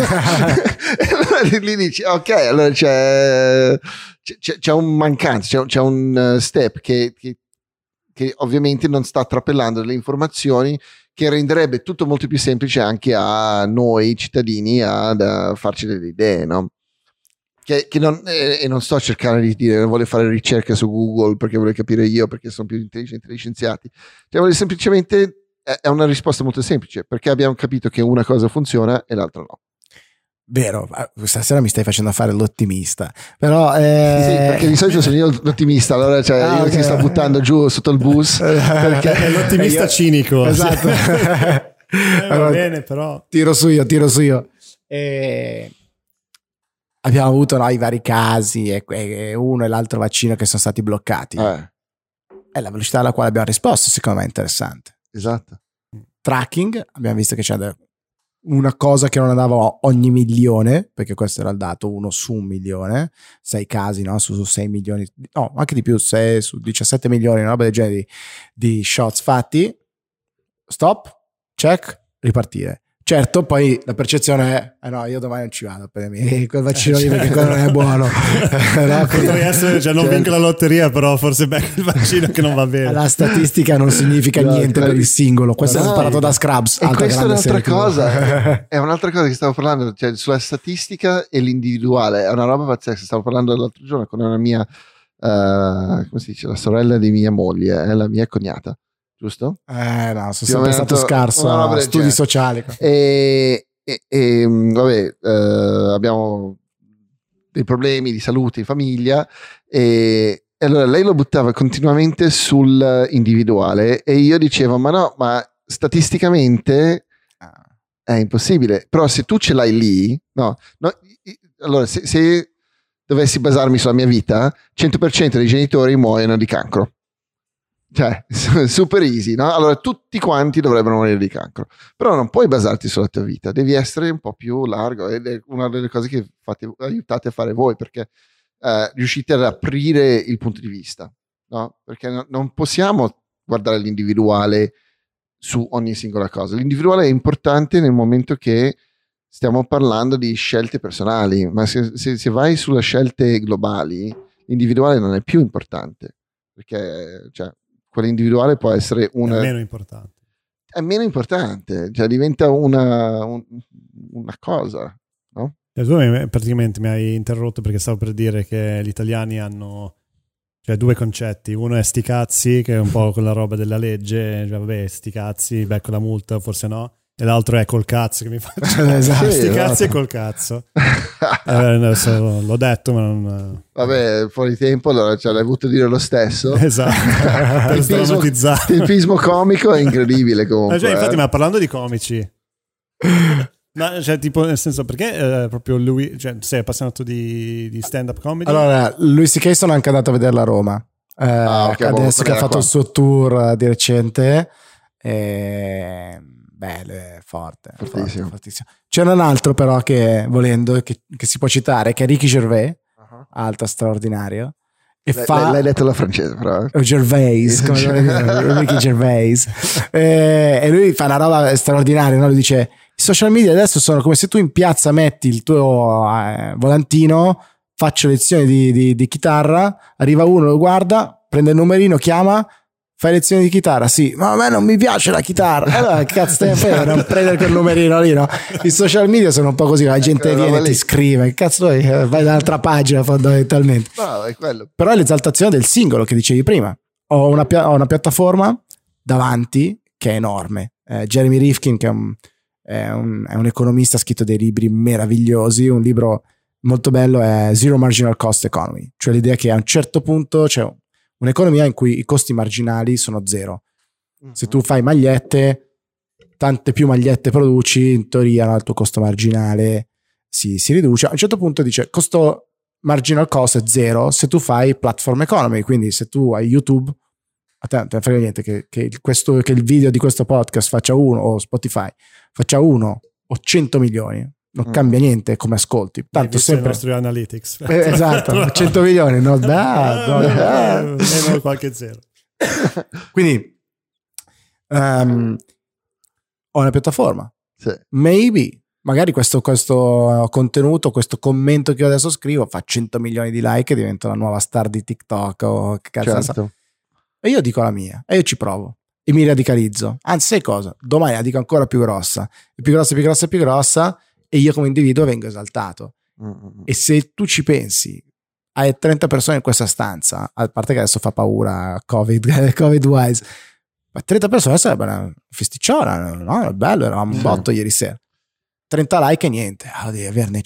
E allora gli dici, ok, allora c'è un mancanza, c'è un step che ovviamente non sta trapelando delle informazioni, che renderebbe tutto molto più semplice anche a noi cittadini ad farci delle idee, no? Che non sto cercando di dire, non voglio fare ricerche su Google perché voglio capire io, perché sono più intelligenti degli scienziati, cioè voglio semplicemente, è una risposta molto semplice, perché abbiamo capito che una cosa funziona e l'altra no. Vero, stasera mi stai facendo fare l'ottimista, però sì, perché di solito sono io l'ottimista, allora io okay, ti sto buttando giù sotto il bus perché è l'ottimista cinico, esatto. Va bene, però tiro su io abbiamo avuto i vari casi e uno e l'altro vaccino che sono stati bloccati, è la velocità alla quale abbiamo risposto, secondo me è interessante. Esatto. Tracking, abbiamo visto che c'è una cosa che non andava ogni milione, perché questo era il dato, 1 su 1 milione, 6 casi, no? Su 6 milioni, no, anche di più, 6 su 17 milioni, una roba del genere di shots fatti. Stop, check, ripartire. Certo, poi la percezione è no, io domani non ci vado a prendermi quel vaccino lì perché quello non è buono. No, potrei essere, cioè, non vinco la lotteria, però forse becco il vaccino che non va bene. La statistica non significa niente per il singolo. Questo è imparato da Scrubs. E questa è un'altra cosa. È un'altra cosa che stavo parlando, cioè sulla statistica e l'individuale. È una roba pazzesca. Stavo parlando l'altro giorno con una mia, come si dice, la sorella di mia moglie, la mia cognata, giusto? No, sono sempre stato scarso a studi sociali. Vabbè, abbiamo dei problemi di salute in famiglia e allora lei lo buttava continuamente sul individuale e io dicevo ma statisticamente è impossibile, però se tu ce l'hai lì, no allora se dovessi basarmi sulla mia vita, 100% dei genitori muoiono di cancro. Cioè, super easy, no? Allora tutti quanti dovrebbero morire di cancro, però non puoi basarti sulla tua vita, devi essere un po' più largo ed è una delle cose che aiutate a fare voi, perché riuscite ad aprire il punto di vista, no? Perché non possiamo guardare l'individuale su ogni singola cosa. L'individuale è importante nel momento che stiamo parlando di scelte personali, ma se vai sulle scelte globali, l'individuale non è più importante, perché cioè, quella individuale può essere è meno importante. È meno importante, cioè diventa una cosa, no? Tu praticamente mi hai interrotto perché stavo per dire che gli italiani hanno due concetti. Uno è sti cazzi, che è un po' quella roba della legge, cioè, vabbè, sti cazzi, becco la multa, forse no. E l'altro è col cazzo, che mi faccio esatto, sti cazzi e col cazzo. Adesso l'ho detto, ma non... Vabbè, fuori tempo, allora l'hai avuto dire lo stesso. Esatto, per sdrammatizzare. Il tempismo comico è incredibile comunque. Cioè, infatti, ma parlando di comici... No, cioè, tipo, nel senso, perché proprio lui, cioè, sei appassionato di stand-up comedy? Allora, Louis C.K. sono anche andato a vederla a Roma. Okay, adesso che ha fatto il suo tour di recente. Bello, forte. Fortissimo. C'è un altro però che, volendo, che si può citare, che è Ricky Gervais, alto straordinario. E l'hai detto alla francese però. Gervais, come dire, Ricky Gervais. E lui fa una roba straordinaria, no? Lui dice: i social media adesso sono come se tu in piazza metti il tuo volantino, faccio lezioni di chitarra, arriva uno, lo guarda, prende il numerino, chiama, fai lezioni di chitarra, sì, ma a me non mi piace la chitarra. Allora che cazzo stai a fare? Non prendere quel numerino lì, no? I social media sono un po' così, la gente viene e ti scrive, che cazzo vuoi? Vai dall'altra pagina fondamentalmente. No, è quello. Però è l'esaltazione del singolo che dicevi prima. Ho una piattaforma davanti che è enorme. Jeremy Rifkin, che è un economista, ha scritto dei libri meravigliosi. Un libro molto bello è Zero Marginal Cost Economy, cioè l'idea che a un certo punto c'è un'economia in cui i costi marginali sono zero. Se tu fai magliette, tante più magliette produci, in teoria il tuo costo marginale si riduce. A un certo punto dice costo marginal cost è zero se tu fai platform economy, quindi se tu hai YouTube, a te non te ne frega niente che il video di questo podcast faccia 1, o Spotify faccia 1 o 100 milioni, non cambia niente come ascolti, tanto sempre i nostri analytics. Esatto, 100 milioni, no, meno qualche zero. Quindi ho una piattaforma, sì. Maybe magari questo contenuto, questo commento che io adesso scrivo fa 100 milioni di like e diventa la nuova star di TikTok o che cazzo certo. E io dico la mia e io ci provo e mi radicalizzo, anzi sai cosa, domani la dico ancora più grossa e più grossa e io come individuo vengo esaltato. E se tu ci pensi, hai 30 persone in questa stanza, a parte che adesso fa paura covid wise, ma 30 persone sarebbe una festicciona, no? È bello, eravamo un botto ieri sera, 30 like e niente, devi averne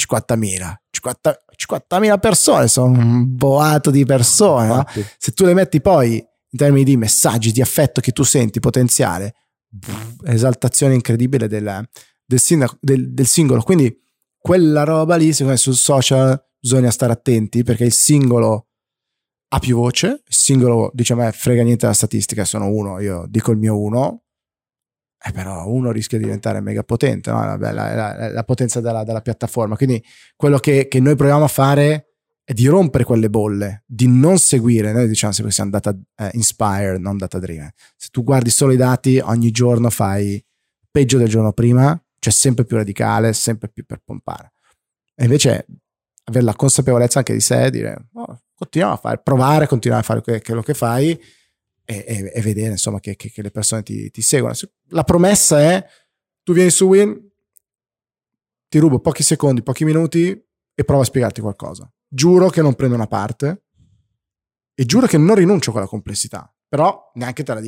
50.000 persone, sono un boato di persone, no? Se tu le metti poi in termini di messaggi, di affetto che tu senti potenziale, esaltazione incredibile del singolo. Quindi quella roba lì, secondo me, sul social bisogna stare attenti, perché il singolo ha più voce, il singolo dice a me frega niente la statistica, sono uno, io dico il mio uno, però uno rischia di diventare mega potente, no? La potenza della piattaforma. Quindi quello che noi proviamo a fare è di rompere quelle bolle, di non seguire, noi diciamo sempre che siamo data inspired, non data driven. Se tu guardi solo i dati, ogni giorno fai peggio del giorno prima, cioè sempre più radicale, sempre più per pompare. E invece avere la consapevolezza anche di sé, dire continuiamo a fare, provare, continuare a fare quello che fai e vedere insomma che le persone ti seguono. La promessa è: tu vieni su Win, ti rubo pochi secondi, pochi minuti e provo a spiegarti qualcosa. Giuro che non prendo una parte e giuro che non rinuncio a quella complessità, però neanche te la dico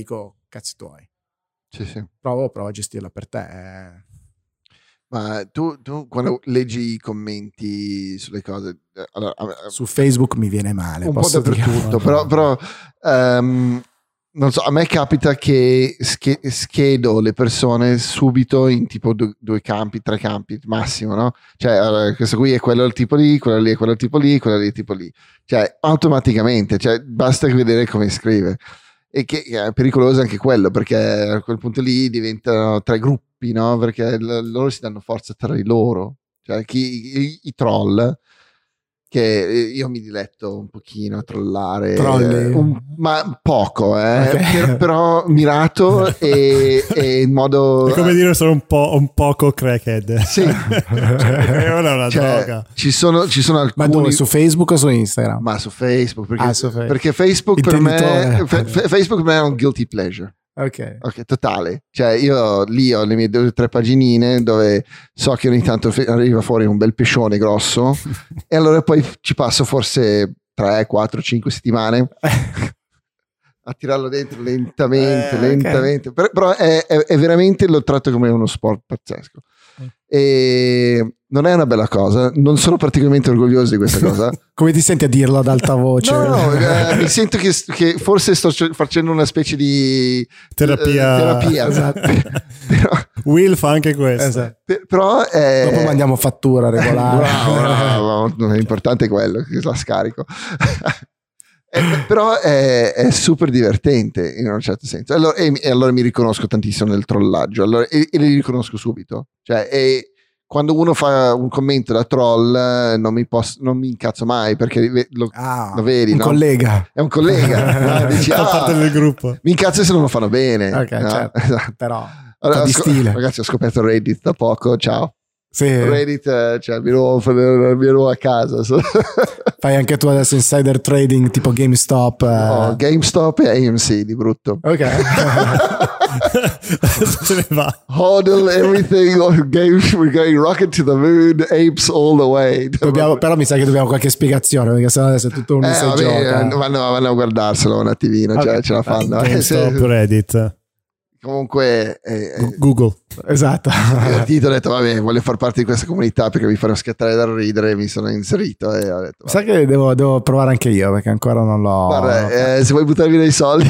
cazzi tuoi. Sì. Provo a gestirla per te. Ma tu quando leggi i commenti sulle cose, allora, su Facebook mi viene male. Un po' dappertutto, però non so, a me capita che schedo le persone subito in tipo due campi, 3 campi massimo, no? Cioè, allora, questo qui è quello del tipo lì, quello lì è quello del tipo lì, quello lì è il tipo lì. Cioè, automaticamente, cioè, basta vedere come scrive. E che è pericoloso anche quello, perché a quel punto lì diventano 3 gruppi, no? Perché loro si danno forza tra di loro. Cioè, i troll, che io mi diletto un pochino a trollare, ma poco, okay. però mirato e in modo... È come dire sono un poco crackhead. Sì. È una droga. Ci sono alcuni... Ma dove, su Facebook o su Instagram? Ma su Facebook, perché, perché Facebook per me Facebook per me è un guilty pleasure. Ok, totale. Cioè io ho le mie 2 o 3 paginine dove so che ogni tanto arriva fuori un bel pescione grosso e allora poi ci passo forse 3, 4, 5 settimane a tirarlo dentro lentamente. Okay. Però è veramente, lo tratto come uno sport pazzesco. E non è una bella cosa, non sono particolarmente orgoglioso di questa cosa. Come ti senti a dirlo ad alta voce? No, mi sento che forse sto facendo una specie di terapia. Esatto. Però, Will fa anche questo, esatto. Però dopo mandiamo fattura regolare. bravo, l'importante è quello, che la scarico. Però è super divertente in un certo senso, e allora mi riconosco tantissimo nel trollaggio, e li riconosco subito, cioè, e quando uno fa un commento da troll non mi incazzo mai, perché lo vedi, un no? collega, è un collega, no? Dici, fa parte del gruppo, mi incazzo se non lo fanno bene, okay, no? certo. Esatto. Però allora, di stile. Ragazzi, ho scoperto Reddit da poco, ciao. Sì. Reddit, cioè mi nuovo a casa. Fai anche tu adesso insider trading tipo GameStop? No, GameStop e AMC di brutto. Ok. Se ne va. Hodl everything on games, we're going rocket to the moon, apes all the way. Però mi sa che dobbiamo qualche spiegazione, perché sennò adesso è tutto un gioco. Vanno a guardarselo un attimino, okay. Cioè ce la fanno. GameStop, Reddit. Comunque Google, esatto. Ho detto vabbè, voglio far parte di questa comunità perché mi farò scattare dal ridere, mi sono inserito e ho detto sai che devo provare anche io, perché ancora non l'ho. Guarda, se vuoi buttarmi dei soldi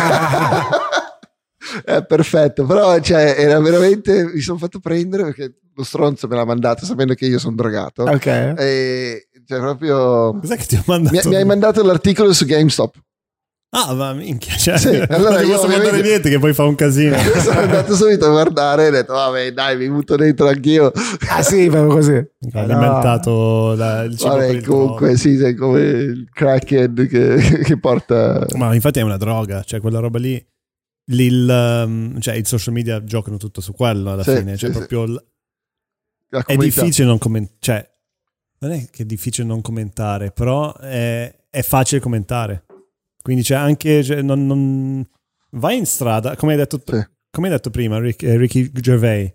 è perfetto, però cioè, era veramente, mi sono fatto prendere perché lo stronzo me l'ha mandato sapendo che io sono drogato. Ok. E cioè proprio cos'è che ti ho mandato? Mi hai mandato l'articolo su GameStop. Ah, ma minchia, cioè, sì, allora non ti posso mandare niente che poi fa un casino. Sono andato subito a guardare e ho detto vabbè dai, mi butto dentro anch'io. Ah sì, proprio così. Ha alimentato il cibo. Vabbè, comunque sì, sei come il crackhead che porta. Ma infatti è una droga, cioè quella roba lì, cioè i social media giocano tutto su quello alla fine, cioè proprio è difficile non commentare, cioè non è che è difficile non commentare, però è facile commentare. Quindi c'è anche non vai in strada, come hai detto prima, Ricky Gervais.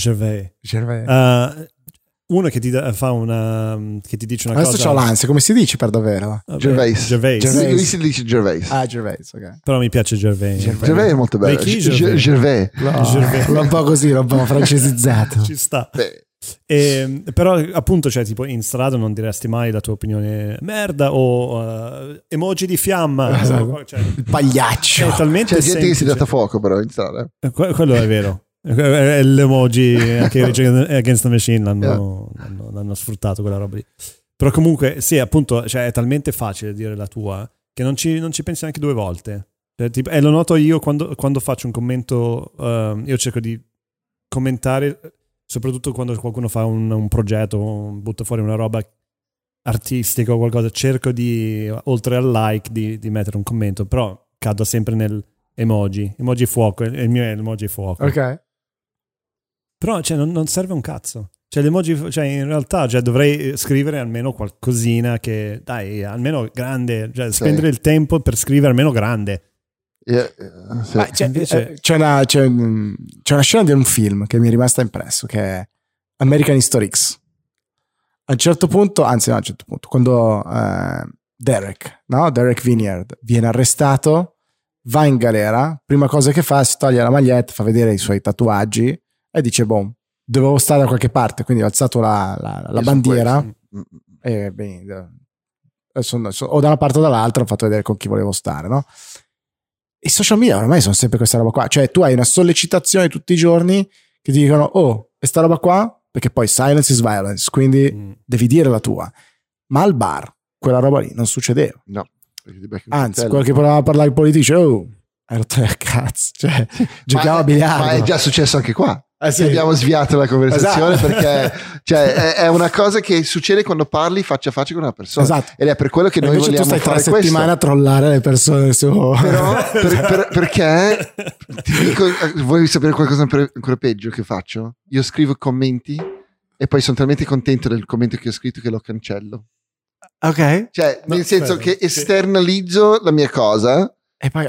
Uno che ti fa che ti dice una cosa. Adesso c'ho l'ansia, come si dice per davvero? Gervais. Lui si dice Gervais. Ah, Gervais, ok. Però mi piace Gervais. Gervais è molto bello. Gervais. L'ho un po' così, l'ho un po' francesizzato. Ci sta. Però appunto, cioè tipo in strada non diresti mai la tua opinione merda o emoji di fiamma, esatto. Cioè, il pagliaccio, è talmente gente che si è data fuoco però in strada quello è vero. È l'emoji anche Against the Machine l'hanno sfruttato quella roba lì. Però comunque sì, appunto, cioè, è talmente facile dire la tua che non ci pensi neanche 2 volte, cioè, tipo, lo noto io quando faccio un commento, io cerco di commentare soprattutto quando qualcuno fa un progetto, butta fuori una roba artistica o qualcosa, cerco di, oltre al like, di mettere un commento, però cado sempre nel emoji fuoco, il mio è l'emoji fuoco. Ok. Però cioè, non serve un cazzo, cioè l'emoji, cioè in realtà dovrei scrivere almeno qualcosina che dai, almeno grande, cioè spendere il tempo per scrivere almeno grande. C'è una scena di un film che mi è rimasta impresso, che è American History X. A un certo punto, quando Derek Vineyard viene arrestato, va in galera, prima cosa che fa si toglie la maglietta, fa vedere i suoi tatuaggi e dice boh, dovevo stare da qualche parte, quindi ho alzato la bandiera e bene, o da una parte o dall'altra ho fatto vedere con chi volevo stare, no? I social media ormai sono sempre questa roba qua, cioè tu hai una sollecitazione tutti i giorni che ti dicono oh, e sta roba qua, perché poi silence is violence, quindi devi dire la tua, ma al bar quella roba lì non succedeva. No. Anzi, quello che provava a parlare i politici, oh, hai rotto il cazzo, cioè giocava a biliardo. Ma è già successo anche qua. Sì. Abbiamo sviato la conversazione, esatto. Perché cioè, è una cosa che succede quando parli faccia a faccia con una persona, esatto. Ed è per quello che noi vogliamo fare questo. Invece tu stai 3 settimane a trollare le persone su... Però perché ti dico, vuoi sapere qualcosa ancora peggio che faccio? Io scrivo commenti e poi sono talmente contento del commento che ho scritto che lo cancello. Ok, cioè nel senso che esternalizzo la mia cosa e poi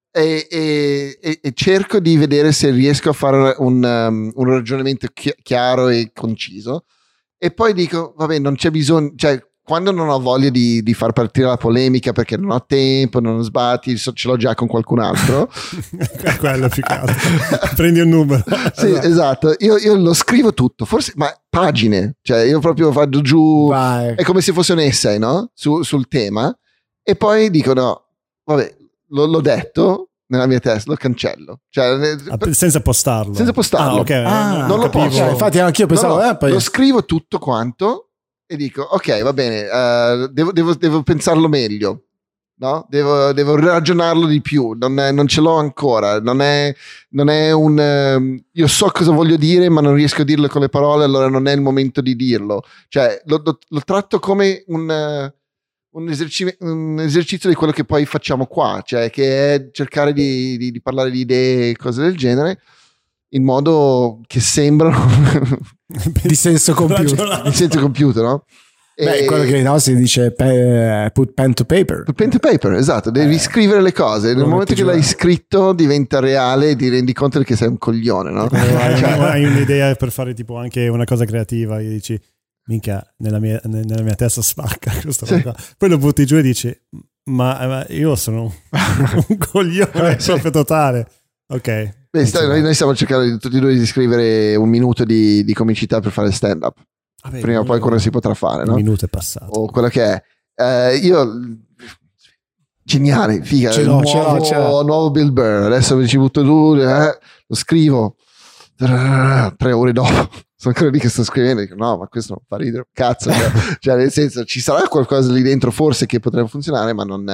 e cerco di vedere se riesco a fare un ragionamento chiaro e conciso, e poi dico vabbè, non c'è bisogno, cioè quando non ho voglia di far partire la polemica perché non ho tempo, non sbatti, ce l'ho già con qualcun altro. Quello più che altro. Prendi un numero. Sì, esatto. Io lo scrivo tutto, forse, ma pagine, cioè io proprio vado giù. Vai. È come se fosse un essay, no? Sul tema, e poi dico no, vabbè, l'ho detto nella mia testa, lo cancello, cioè, senza postarlo. Okay. Non lo posso. Cioè, infatti anch'io pensavo poi... lo scrivo tutto quanto e dico ok, va bene, devo pensarlo meglio, no? Devo ragionarlo di più, non ce l'ho ancora, non è un io so cosa voglio dire ma non riesco a dirlo con le parole, allora non è il momento di dirlo, cioè lo tratto come un esercizio di quello che poi facciamo qua, cioè che è cercare di parlare di idee e cose del genere in modo che sembrano di senso compiuto, no? Beh, quello che si dice put pen to paper. Put pen to paper, esatto, devi scrivere le cose, nel momento che l'hai scritto diventa reale e ti rendi conto che sei un coglione, no? Hai un'idea per fare tipo anche una cosa creativa e dici minchia, nella mia testa spacca questa cosa. Poi lo butti giù e dici ma io sono un coglione proprio totale. Ok. Beh, noi stiamo cercando tutti e due di scrivere un minuto di comicità per fare stand up. Prima o poi quello si potrà fare, no? Un minuto è passato. O quello che è. Io geniale, figa, ce l'ho. Nuovo Bill Burr, adesso ci butto giù, lo scrivo 3 ore dopo sono ancora lì che sto scrivendo, dico no, ma questo non fa ridere cazzo, cioè nel senso ci sarà qualcosa lì dentro forse che potrebbe funzionare, ma non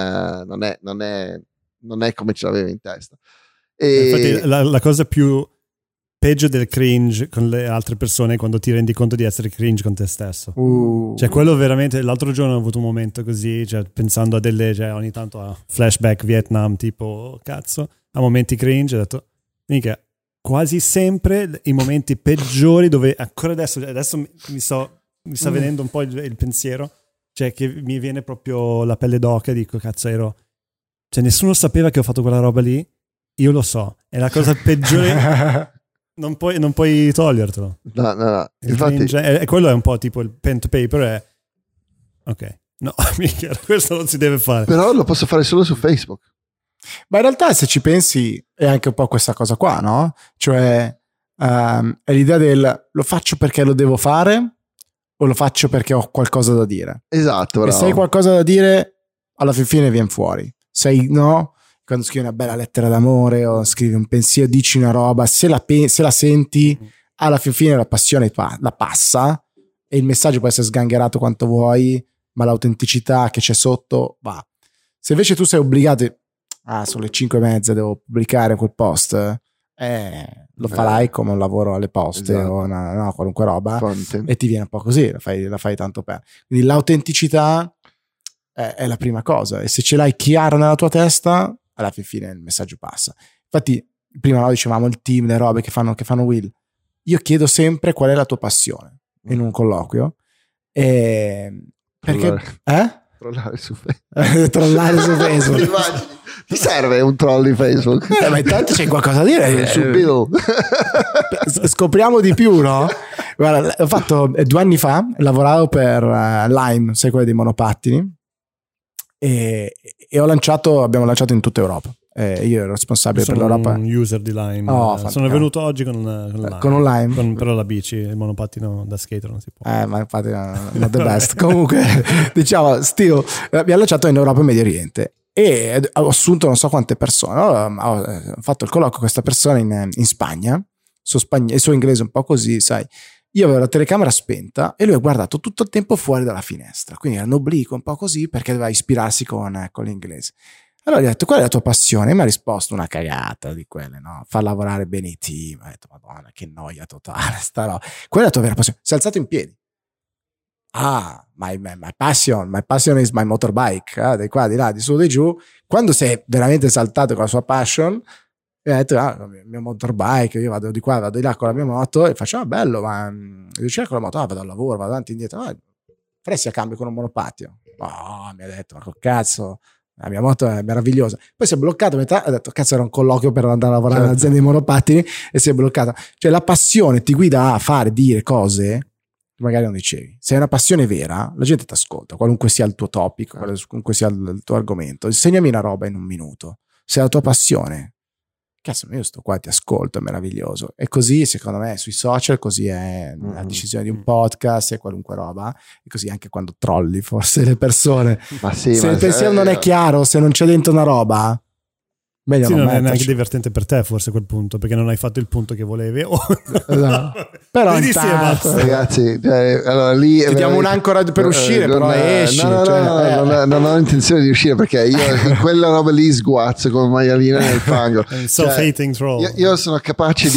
è come ce l'aveva in testa. Infatti la cosa più peggio del cringe con le altre persone è quando ti rendi conto di essere cringe con te stesso. Cioè quello veramente, l'altro giorno ho avuto un momento così, cioè pensando a cioè ogni tanto a flashback Vietnam, tipo cazzo, a momenti cringe, ho detto mica, quasi sempre i momenti peggiori dove ancora adesso mi sta venendo un po' il pensiero, cioè che mi viene proprio la pelle d'oca e dico cazzo cioè nessuno sapeva che ho fatto quella roba lì, io lo so, è la cosa peggiore. Non puoi togliertelo. No. Infatti, quello è un po' tipo il pen to paper. Ok, no, mica, questo non si deve fare. Però lo posso fare solo su Facebook. Ma in realtà, se ci pensi, è anche un po' questa cosa qua, no? Cioè, è l'idea del lo faccio perché lo devo fare o lo faccio perché ho qualcosa da dire. Esatto, bravo. E se hai qualcosa da dire, alla fine viene fuori. No? Quando scrivi una bella lettera d'amore o scrivi un pensiero, dici una roba, se la senti, alla fine la passione la passa e il messaggio può essere sgangherato quanto vuoi, ma l'autenticità che c'è sotto va. Se invece tu sei obbligato, sono le 5:30, devo pubblicare quel post, lo farai come un lavoro alle poste, esatto, o qualunque roba, e ti viene un po' così, la fai tanto per. Quindi l'autenticità è la prima cosa, e se ce l'hai chiara nella tua testa, alla fine il messaggio passa. Infatti prima dicevamo il team, le robe che fanno Will, io chiedo sempre qual è la tua passione in un colloquio, perché trollare su Facebook. Trollare su Facebook. Ti serve un troll di Facebook? Ma intanto c'è qualcosa da dire su Bill. Scopriamo di più, no? Guarda, l'ho fatto 2 anni fa, lavoravo per Lime, sai, quelli dei monopattini, e abbiamo lanciato in tutta Europa. io ero responsabile per sono l'Europa. un user di Lime. Sono venuto oggi con Lime. Con un Lime? Però la bici, il monopattino da skater non si può. Ma infatti not the best. Comunque, diciamo, still, mi ha lanciato in Europa e Medio Oriente. E ho assunto non so quante persone. Ho fatto il colloquio con questa persona in Spagna. Il suo inglese un po' così, sai. Io avevo la telecamera spenta e lui ha guardato tutto il tempo fuori dalla finestra. Quindi era un obliquo un po' così perché doveva ispirarsi con l'inglese. Allora gli ho detto: qual è la tua passione? E mi ha risposto una cagata di quelle, no? Far lavorare bene i team. Ho detto: Madonna, che noia totale sta roba. Qual è la tua vera passione? Si è alzato in piedi. My passion is my motorbike. Di qua, di là, di su, di giù. Quando si è veramente saltato con la sua passion, mi ha detto: il mio motorbike, io vado di qua, vado di là con la mia moto. E faccio: bello, ma riuscire con la moto? Vado al lavoro, vado avanti e indietro. Faresti a cambio con un monopattino? Mi ha detto: ma col cazzo, la mia moto è meravigliosa. Poi si è bloccato a metà, ha detto: cazzo, era un colloquio per andare a lavorare in un'azienda di monopattini, e si è bloccato. Cioè la passione ti guida a fare, dire cose che magari non dicevi. Se è una passione vera, la gente ti ascolta, qualunque sia il tuo topic, qualunque sia il tuo argomento. Insegnami una roba in un minuto. Se è la tua passione, cazzo, io sto qua, ti ascolto, è meraviglioso. E così, secondo me, sui social, così è la decisione di un podcast e qualunque roba. E così anche quando trolli forse le persone. Ma sì, se il pensiero non è chiaro, se non c'è dentro una roba, meglio non è neanche divertente per te forse quel punto, perché non hai fatto il punto che volevi. Esatto. Però intanto, ragazzi, allora lì ti diamo un'ancora per uscire, però esci. Non ho intenzione di uscire, perché io in quella roba lì sguazzo come maialina nel fango. Self-hating troll. Io sono capace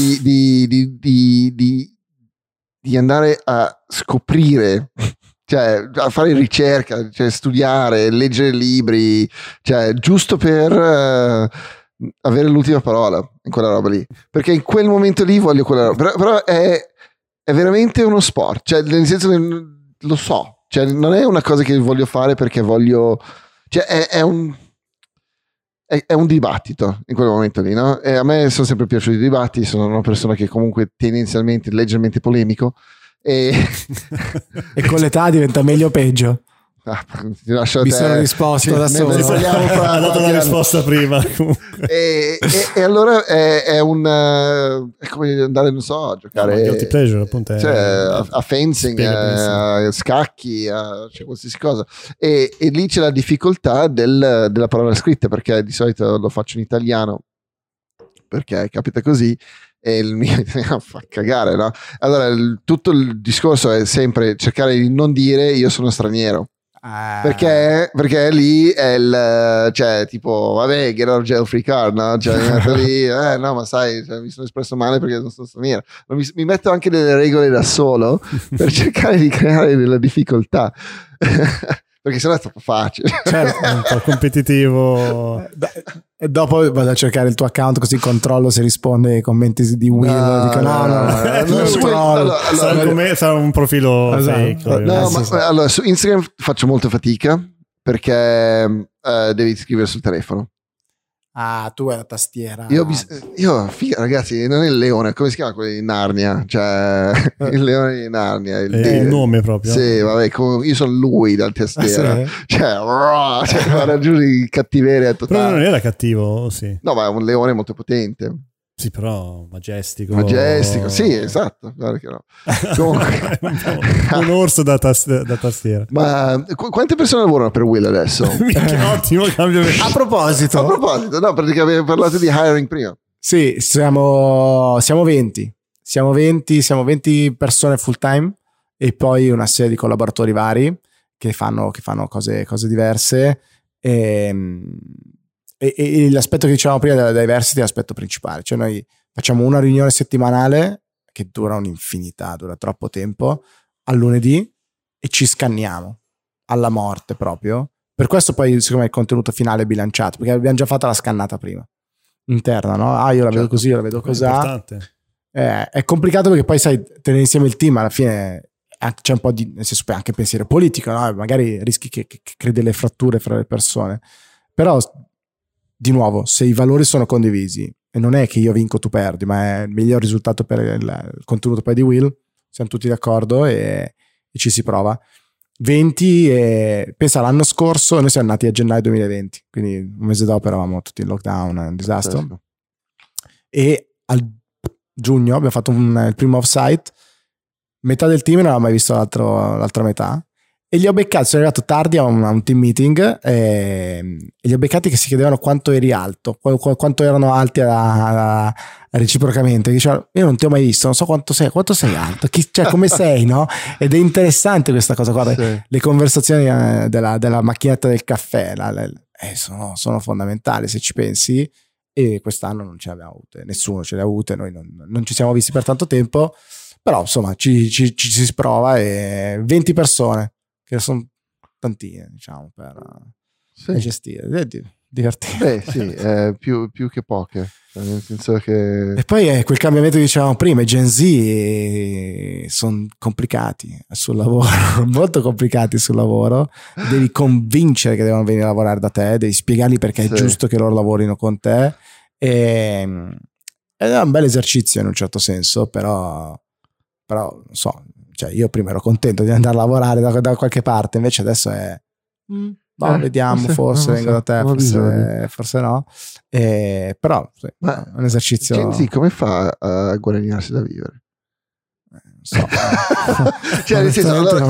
di andare a scoprire, cioè a fare ricerca, cioè studiare, leggere libri, cioè giusto per avere l'ultima parola in quella roba lì, perché in quel momento lì voglio quella roba. Però è veramente uno sport, cioè nel senso che lo so, cioè non è una cosa che voglio fare perché voglio, cioè è un dibattito in quel momento lì, no? E a me sono sempre piaciuti i dibattiti, sono una persona che comunque tendenzialmente leggermente polemico e con l'età diventa meglio o peggio? Mi sono risposto da solo. Ha dato la risposta prima. e allora è come andare, non so, a giocare guilty pleasure, appunto, cioè, a fencing, a scacchi, cioè qualsiasi cosa. E lì c'è la difficoltà della parola scritta, perché di solito lo faccio in italiano perché capita così. E il mio italiano fa cagare, no? Allora tutto il discorso è sempre cercare di non dire io sono straniero. Perché lì è cioè tipo vabbè, get out of jail free card, no? Cioè lì, no, ma sai, cioè, mi sono espresso male perché non sono straniero. Mi metto anche delle regole da solo per cercare di creare della difficoltà. Perché sennò è troppo facile. Certo, è un po' competitivo. E dopo vado a cercare il tuo account, così controllo se risponde ai commenti di Will. Sarà un profilo fake. Allora su Instagram faccio molta fatica perché devi scrivere sul telefono. Tu hai la tastiera. Io ragazzi, non è il leone, come si chiama quello di Narnia? Cioè il leone di Narnia è il nome proprio. Sì, vabbè, io sono lui dal tastiera. Cioè raggiunge il cattiveria totale. Però non era cattivo, sì. No, ma è un leone molto potente. Sì, però maggestico, sì, esatto. Guarda che no. Comunque, un orso da tastiera. Ma quante persone lavorano per Will adesso? Ottimo cambiamento. A proposito, no, perché avevo parlato di hiring prima. Sì, siamo 20. Siamo 20 persone full time e poi una serie di collaboratori vari che fanno cose diverse. E l'aspetto che dicevamo prima della diversity è l'aspetto principale, cioè noi facciamo una riunione settimanale che dura un'infinità, dura troppo tempo, al lunedì, e ci scanniamo alla morte proprio. Per questo poi secondo me il contenuto finale è bilanciato, perché abbiamo già fatto la scannata prima interna, no? Io la vedo così, io la vedo così. È complicato perché poi sai, tenere insieme il team alla fine c'è un po' di, nel senso, anche pensiero politico, no? Magari rischi che crei delle fratture fra le persone, però di nuovo, se i valori sono condivisi, e non è che io vinco tu perdi, ma è il miglior risultato per il contenuto poi di Will, siamo tutti d'accordo e ci si prova. 20 e pensa l'anno scorso, noi siamo nati a gennaio 2020, quindi un mese dopo eravamo tutti in lockdown, un disastro. E al giugno abbiamo fatto il primo off-site, metà del team non aveva mai visto l'altra metà, e li ho beccati, sono arrivato tardi a un team meeting e li ho beccati che si chiedevano quanto eri alto, quanto erano alti reciprocamente. Dicevano, io non ti ho mai visto, non so quanto sei alto, cioè come sei, no? Ed è interessante questa cosa qua, Sì. le conversazioni della macchinetta del caffè sono fondamentali se ci pensi, e quest'anno non ce le abbiamo avute, nessuno ce le ha avute, noi non ci siamo visti per tanto tempo, però insomma ci si prova, e 20 persone che sono tantine, diciamo, per gestire, divertente. Sì, più che poche, nel senso che... E poi è quel cambiamento che dicevamo prima, i Gen Z sono complicati sul lavoro, molto complicati sul lavoro, devi convincere che devono venire a lavorare da te, devi spiegargli perché è giusto che loro lavorino con te, ed è un bel esercizio in un certo senso, però non so, cioè io prima ero contento di andare a lavorare da qualche parte, invece adesso è vediamo, forse vengo da te, forse no, però sì, è un esercizio. Gen Z come fa a guadagnarsi da vivere? Non so. Cioè nel senso, allora,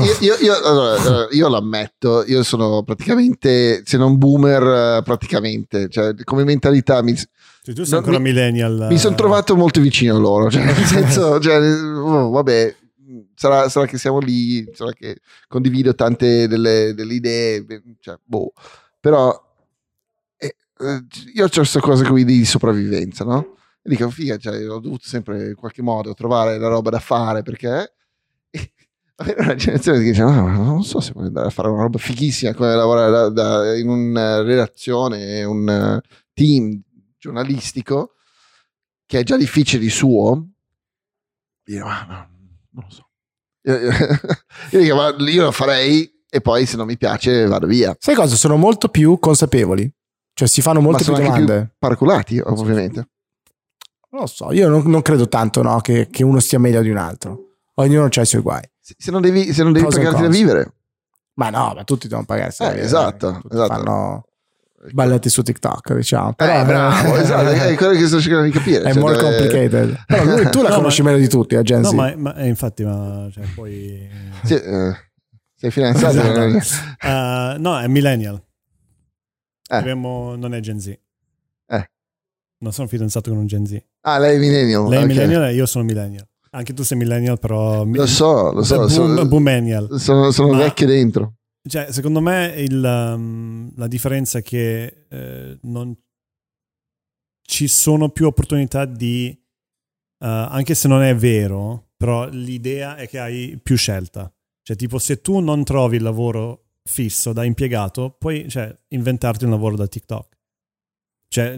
io l'ammetto, io sono praticamente, se non boomer, praticamente, cioè come mentalità tu sei ancora millennial. Mi sono trovato molto vicino a loro, cioè nel senso, vabbè, sarà che siamo lì, sarà che condivido tante delle idee, cioè, però io ho questa cosa come di sopravvivenza, no? E dico, figa, cioè, ho dovuto sempre in qualche modo trovare la roba da fare, perché avere una generazione che dice, ma non so se puoi andare a fare una roba fighissima come lavorare in una redazione, un team giornalistico, che è già difficile di suo. Io, no, non lo so. Io dico, ma io lo farei, e poi se non mi piace vado via. Sai cosa? Sono molto più consapevoli, cioè si fanno molte più domande, più paraculati, ovviamente. Non lo so, io non credo tanto, no, che uno stia meglio di un altro. Ognuno ha i suoi guai. Se non devi pagarti da vivere. Ma no, ma tutti devono pagarsi da vivere. Esatto. Fanno ballati su TikTok, diciamo. Però, bravo, esatto, è quello che sto cercando di capire. È more complicated. Però tu la conosci meglio di tutti, a Gen Z. No, ma infatti, cioè, poi... sei finanziato? No, è millennial. Non è Gen Z. Non sono fidanzato con un Gen Z. Ah, lei è millennial. Lei è millennial e io sono millennial. Anche tu sei millennial, però... Lo so. Boomenial. Sono vecchio dentro. Cioè, secondo me la differenza è che non ci sono più opportunità di... anche se non è vero, però l'idea è che hai più scelta. Cioè, tipo, se tu non trovi il lavoro fisso da impiegato, puoi inventarti un lavoro da TikTok. Cioè...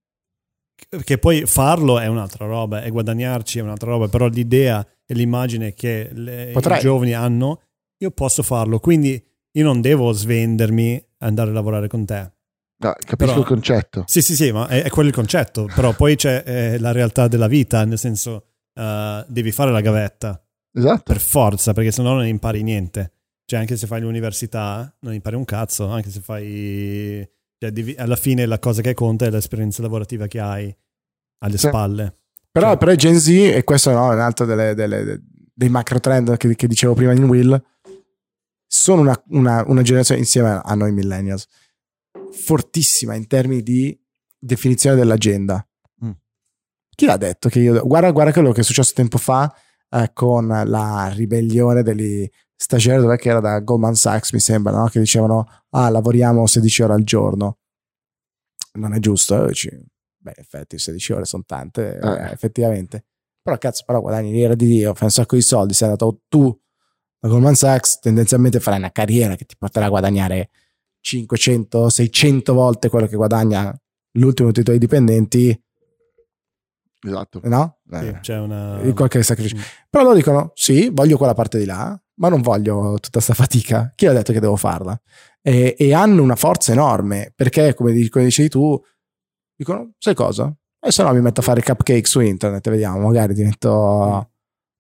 che poi farlo è un'altra roba e guadagnarci è un'altra roba, però l'idea e l'immagine che i giovani hanno, io posso farlo, quindi io non devo svendermi e andare a lavorare con te. No, capisco il concetto. Sì, ma è quello il concetto, però poi c'è la realtà della vita, nel senso devi fare la gavetta. Esatto. Per forza, perché sennò non impari niente. Cioè, anche se fai l'università non impari un cazzo, anche se fai... alla fine la cosa che conta è l'esperienza lavorativa che hai alle spalle. Però i Gen Z, e questo è un altro dei macro trend che dicevo prima in Will, sono una generazione insieme a noi millennials fortissima in termini di definizione dell'agenda. Chi l'ha detto che io guarda quello che è successo tempo fa con la ribellione degli stagiari, dov'è che era, da Goldman Sachs mi sembra, no? Che dicevano lavoriamo 16 ore al giorno. Non è giusto, in effetti 16 ore sono tante, effettivamente, però guadagni l'ira di Dio, fai un sacco di soldi, sei andato tu da Goldman Sachs, tendenzialmente farai una carriera che ti porterà a guadagnare 500, 600 volte quello che guadagna l'ultimo dei tuoi dipendenti. Esatto. No? Sì, c'è qualche sacrificio. Però loro dicono, sì, voglio quella parte di là, ma non voglio tutta sta fatica. Chi ha detto che devo farla? E hanno una forza enorme, perché come dicevi tu, dicono, sai cosa? E se no mi metto a fare cupcake su internet e vediamo, magari divento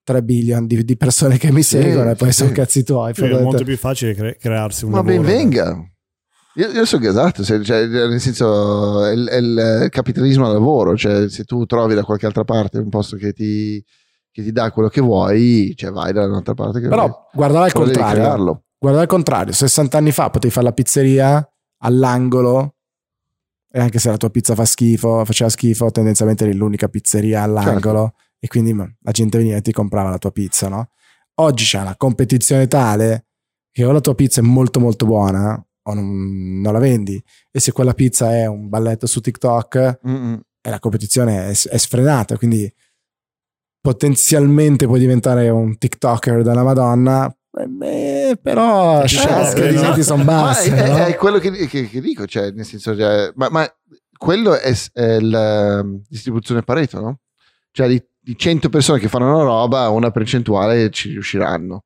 3 billion di persone che mi seguono e poi sono cazzi tuoi. È molto più facile crearsi un ma lavoro. ben venga. Io sono gasato, cioè, nel senso è il capitalismo al lavoro, cioè se tu trovi da qualche altra parte un posto che ti dà quello che vuoi, cioè vai dall'altra parte. Però guardala al contrario. Guarda al contrario, 60 anni fa potevi fare la pizzeria all'angolo e anche se la tua pizza faceva schifo, tendenzialmente eri l'unica pizzeria all'angolo, certo. E quindi la gente veniva e ti comprava la tua pizza, no? Oggi c'è una competizione tale che o la tua pizza è molto molto buona o non la vendi, e se quella pizza è un balletto su TikTok e la competizione è sfrenata, quindi potenzialmente puoi diventare un TikToker della Madonna, però chance che risenti sono basse. È quello che dico, cioè nel senso, cioè, ma quello è la distribuzione Pareto, no? Cioè di 100 persone che fanno una roba, una percentuale ci riusciranno.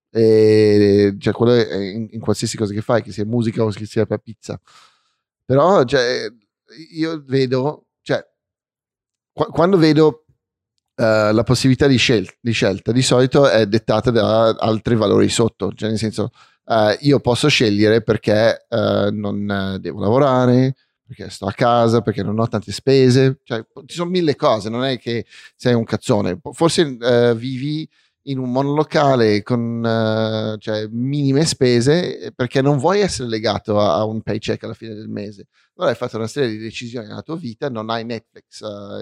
E cioè quello è in qualsiasi cosa che fai, che sia musica o che sia per pizza. Però cioè, io vedo, cioè quando vedo la possibilità di scelta di solito è dettata da altri valori sotto, cioè nel senso io posso scegliere perché non devo lavorare, perché sto a casa, perché non ho tante spese, cioè ci sono 1000 cose, non è che sei un cazzone, forse vivi in un monolocale con cioè, minime spese perché non vuoi essere legato a un paycheck alla fine del mese. Allora hai fatto una serie di decisioni nella tua vita, non hai Netflix,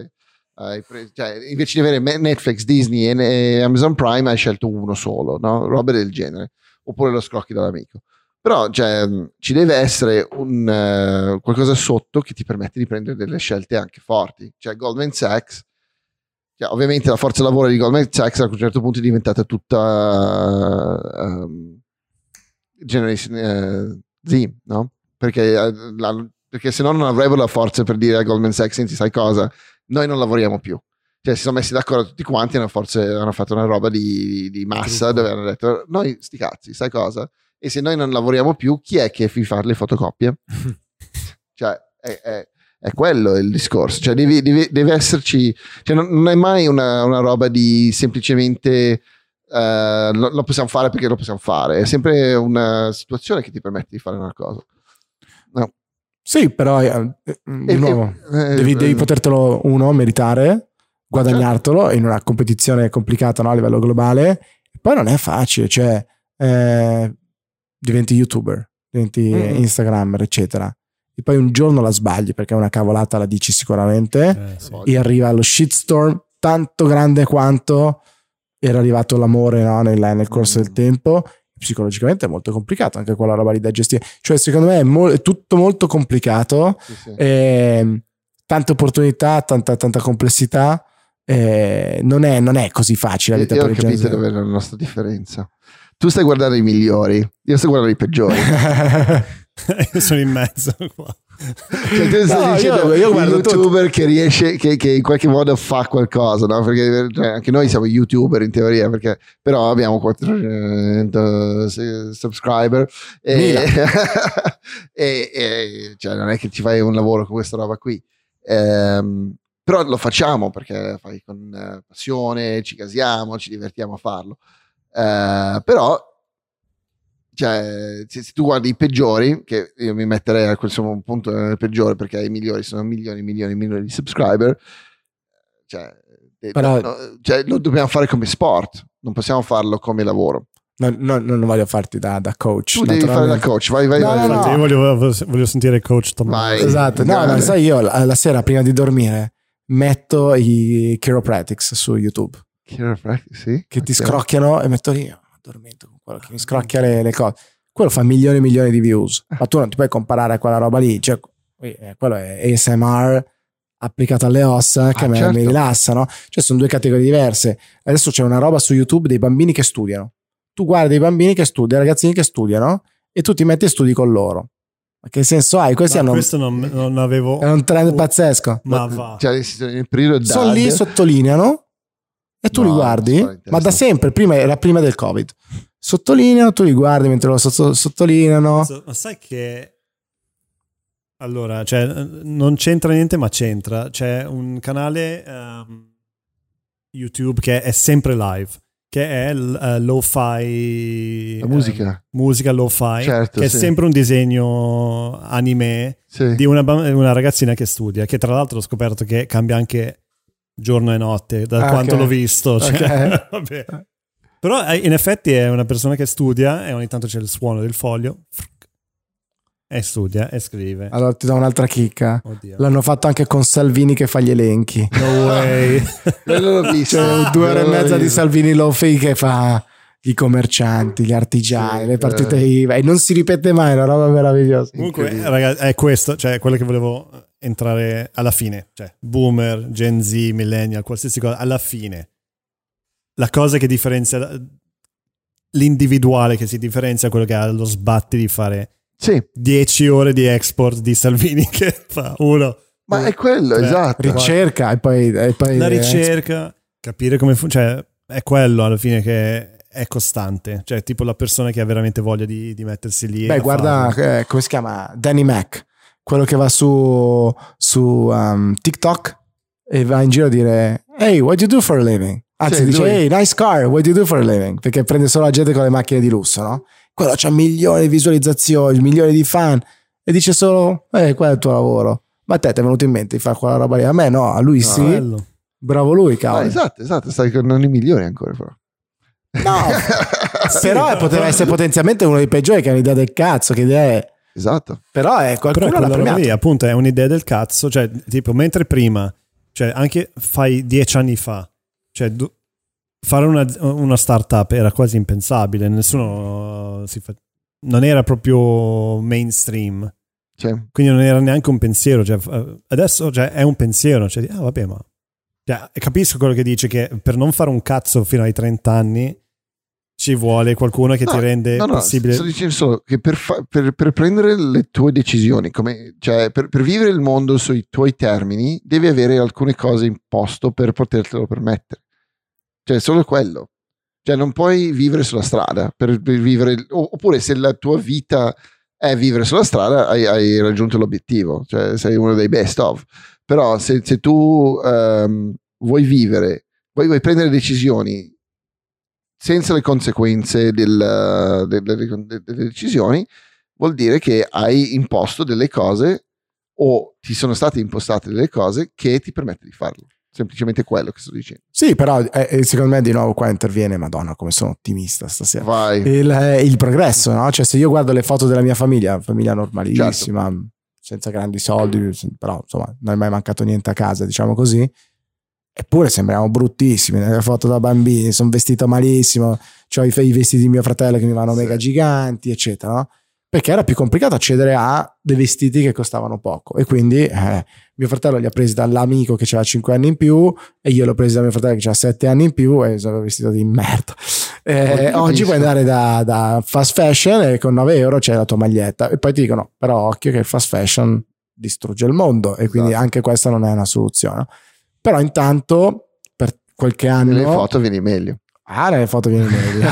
cioè, invece di avere Netflix, Disney e Amazon Prime hai scelto uno solo, no? Robe del genere, oppure lo scrocchi dall'amico. Però cioè, ci deve essere qualcosa sotto che ti permette di prendere delle scelte anche forti. Cioè Goldman Sachs, cioè, ovviamente la forza lavoro di Goldman Sachs a un certo punto è diventata tutta Generation Z, no? Perché se no non avrebbero la forza per dire a Goldman Sachs, senti, sai cosa? Noi non lavoriamo più. Cioè si sono messi d'accordo tutti quanti e hanno fatto una roba di massa dove hanno detto noi sti cazzi, sai cosa? E se noi non lavoriamo più, chi è che vi fa le fotocopie? Cioè è quello il discorso, cioè deve esserci, cioè non è mai una roba di semplicemente lo possiamo fare perché lo possiamo fare, è sempre una situazione che ti permette di fare una cosa. No. Sì, però di nuovo devi potertelo meritare, guadagnartelo in una competizione complicata, no, a livello globale, e poi non è facile, cioè diventi YouTuber, diventi Instagrammer, eccetera, e poi un giorno la sbagli perché una cavolata la dici sicuramente, sì. E arriva lo shitstorm tanto grande quanto era arrivato l'amore, no, nel corso del tempo. Psicologicamente è molto complicato anche quella roba lì da gestire, cioè secondo me è tutto molto complicato, sì. Tante opportunità, tanta complessità, non è così facile. Io ho capito dove è la nostra differenza. Tu stai guardando i migliori, io sto guardando i peggiori. Io sono in mezzo qua. Cioè, tu stai dicendo io guardo youtuber che riesce, che in qualche modo fa qualcosa, no? Perché cioè, anche noi siamo youtuber in teoria, perché però abbiamo 400 subscriber e cioè, non è che ci fai un lavoro con questa roba qui, però lo facciamo perché fai con passione, ci casiamo, ci divertiamo a farlo, però cioè, se tu guardi i peggiori, che io mi metterei a questo punto nel peggiore perché i migliori sono milioni di subscriber, cioè, però cioè, lo dobbiamo fare come sport, non possiamo farlo come lavoro. Non voglio farti da coach. Tu devi fare da coach, vai. No. Io voglio sentire il coach Tommaso. Esatto, no, sai, io la sera prima di dormire metto i chiropractics su YouTube. Chiropractic, sì. Che ti scrocchiano e metto lì. Addormento con quello che mi scrocchia le cose. Quello fa milioni e milioni di views, ma tu non ti puoi comparare a quella roba lì, cioè, quello è ASMR applicato alle ossa che certo. mi rilassa, no? Cioè sono due categorie diverse. Adesso c'è una roba su YouTube dei bambini che studiano, tu guardi dei bambini che studiano, ragazzini che studiano e tu ti metti e studi con loro. Ma che senso hai? Questi hanno questo non avevo, è un trend pazzesco, ma va, cioè, nel periodo sono lì, sottolineano e tu li guardi, ma da sempre, era prima del Covid. Sottolineano, tu li guardi mentre lo sottolineano. Ma sai che allora, cioè, non c'entra niente, ma c'entra. C'è un canale YouTube che è sempre live che è lo-fi, La musica lo-fi, certo, che sì. è sempre un disegno anime Sì. di una ragazzina che studia, che tra l'altro ho scoperto che cambia anche giorno e notte da quanto l'ho visto, cioè, vabbè. Però in effetti è una persona che studia e ogni tanto c'è il suono del foglio e studia e scrive. Allora ti do un'altra chicca. Oddio. L'hanno fatto anche con Salvini che fa gli elenchi. No way. Quello l'ho visto. C'è 2 ore e mezza di Salvini Lo-Fi che fa i commercianti, gli artigiani, Sì, le partite IVA, e non si ripete mai, è una roba meravigliosa. Comunque, ragazzi, è questo, cioè quello che volevo entrare alla fine, cioè boomer, Gen Z, millennial, qualsiasi cosa, alla fine la cosa che differenzia l'individuale, che si differenzia, quello che ha lo sbatti di fare 10 ore di export di Salvini che fa uno. Ma è quello, esatto. Ricerca e poi la ricerca, capire come cioè è quello alla fine che è costante, cioè tipo la persona che ha veramente voglia di mettersi lì. Beh, guarda, come si chiama? Danny Mac, quello che va su TikTok e va in giro a dire "Hey, what do you do for a living?" Anzi, dice lui. "Hey, nice car, what do you do for a living?" Perché prende solo la gente con le macchine di lusso, no? Quello c'ha milioni di visualizzazioni, milioni di fan e dice solo qual è il tuo lavoro? Ma te ti è venuto in mente di fare quella roba lì? A me no, a lui sì. Bello. Bravo lui, cavolo. Esatto, stai con i migliori ancora però. No, però poteva essere potenzialmente uno dei peggiori, che è un'idea del cazzo, che idea è. Esatto. Però è qualcuno Però l'ha quella roba premiato. lì, appunto, è un'idea del cazzo, cioè tipo mentre prima, cioè anche fai 10 anni fa, cioè fare una startup era quasi impensabile, nessuno non era proprio mainstream, quindi non era neanche un pensiero, cioè, adesso cioè, è un pensiero, cioè vabbè, ma cioè, capisco quello che dice, che per non fare un cazzo fino ai 30 anni ci vuole qualcuno che ti rende possibile. Sto dicendo solo che per prendere le tue decisioni, cioè per vivere il mondo sui tuoi termini, devi avere alcune cose in posto per potertelo permettere. Cioè, solo quello. Cioè, non puoi vivere sulla strada per vivere, oppure se la tua vita è vivere sulla strada, hai raggiunto l'obiettivo, cioè sei uno dei best of. Però se tu vuoi vivere, vuoi prendere decisioni senza le conseguenze delle decisioni, vuol dire che hai imposto delle cose o ti sono state impostate delle cose che ti permettono di farlo. Semplicemente quello che sto dicendo. Sì, però secondo me di nuovo qua interviene, Madonna, come sono ottimista stasera. Vai. Il progresso, no? Cioè, se io guardo le foto della mia famiglia normalissima, certo, senza grandi soldi, però insomma non è mai mancato niente a casa, diciamo così. Eppure sembriamo bruttissimi nelle foto da bambini, sono vestito malissimo, c'ho i vestiti di mio fratello che mi vanno mega giganti, eccetera, no? Perché era più complicato accedere a dei vestiti che costavano poco, e quindi mio fratello li ha presi dall'amico che aveva 5 anni in più e io l'ho presi da mio fratello che aveva 7 anni in più e sono vestito di merda. Oggi puoi andare da fast fashion e con 9 euro c'è la tua maglietta, e poi ti dicono però occhio che il fast fashion distrugge il mondo, e quindi anche questa non è una soluzione. Però intanto per qualche anno nelle foto vieni meglio. Nelle foto vieni meglio.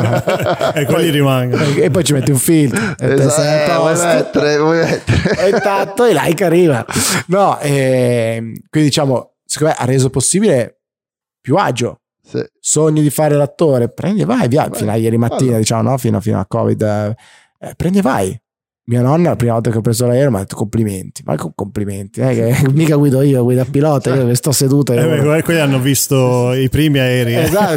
E poi rimangono. E poi ci metti un filtro e te sei a posto. Vuoi mettere. E tanto i like arriva. No, quindi diciamo, secondo me ha reso possibile più agio. Sì. Sogni di fare l'attore, prendi e vai via. Fino a ieri mattina, diciamo, no? Fino a Covid, prendi e vai. Mia nonna la prima volta che ho preso l'aereo mi ha detto complimenti, ma complimenti, che mica guido io, guida pilota, io sto seduto. Quelli hanno visto i primi aerei. Esatto,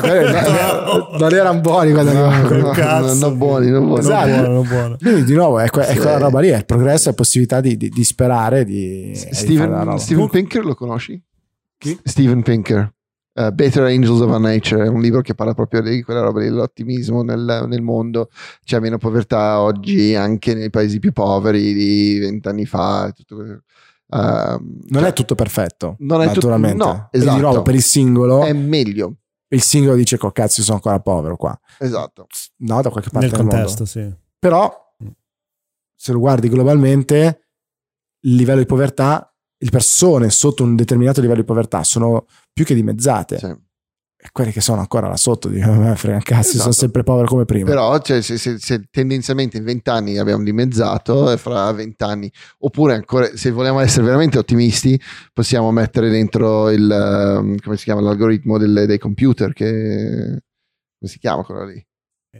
non erano buoni quando non buoni. Esatto. Non buono. Quindi di nuovo è quella roba lì, è il progresso, è la possibilità di sperare, Steven Pinker lo conosci? Chi? Steven Pinker. Better Angels of Our Nature è un libro che parla proprio di quella roba dell'ottimismo nel mondo. C'è meno povertà oggi anche nei paesi più poveri di 20 anni fa. Non è tutto perfetto, non è naturalmente. No, esatto. Di nuovo per il singolo è meglio. Il singolo dice che cazzo, io sono ancora povero qua. Esatto. No, da qualche parte nel del contesto, mondo. sì. Però se lo guardi globalmente, il livello di povertà, le persone sotto un determinato livello di povertà sono più che dimezzate. Sì. E quelli che sono ancora là sotto di me frega un cazzo, Esatto. sono sempre povero come prima. Però cioè, se tendenzialmente in 20 anni abbiamo dimezzato, e fra 20 anni, oppure ancora, se vogliamo essere veramente ottimisti, possiamo mettere dentro il come si chiama, l'algoritmo dei computer che come si chiama quello lì?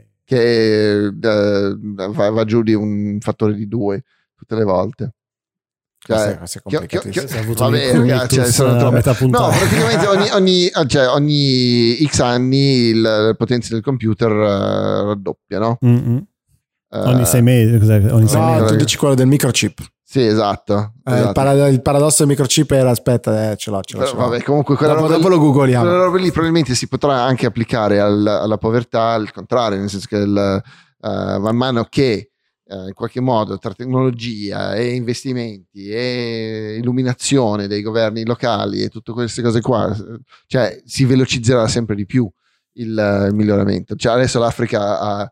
Che va giù di un fattore di 2 tutte le volte. Cioè, questo è complicatissimo. Ha avuto vabbè, un ragazzi, ictus sono a troppo- metà puntata. no, praticamente ogni X anni la potenza del computer raddoppia, no? Ogni 6 mesi, cos'è? Ogni 6 No, mesi. tu dici quello del microchip. Sì, esatto. Il paradosso del microchip era, aspetta, ce l'ho. Però, vabbè, comunque quella roba dopo lo googliamo. quella roba lì probabilmente si potrà anche applicare alla povertà, al contrario, nel senso che man mano che in qualche modo tra tecnologia e investimenti e illuminazione dei governi locali e tutte queste cose qua, cioè si velocizzerà sempre di più il miglioramento. Cioè adesso l'Africa ha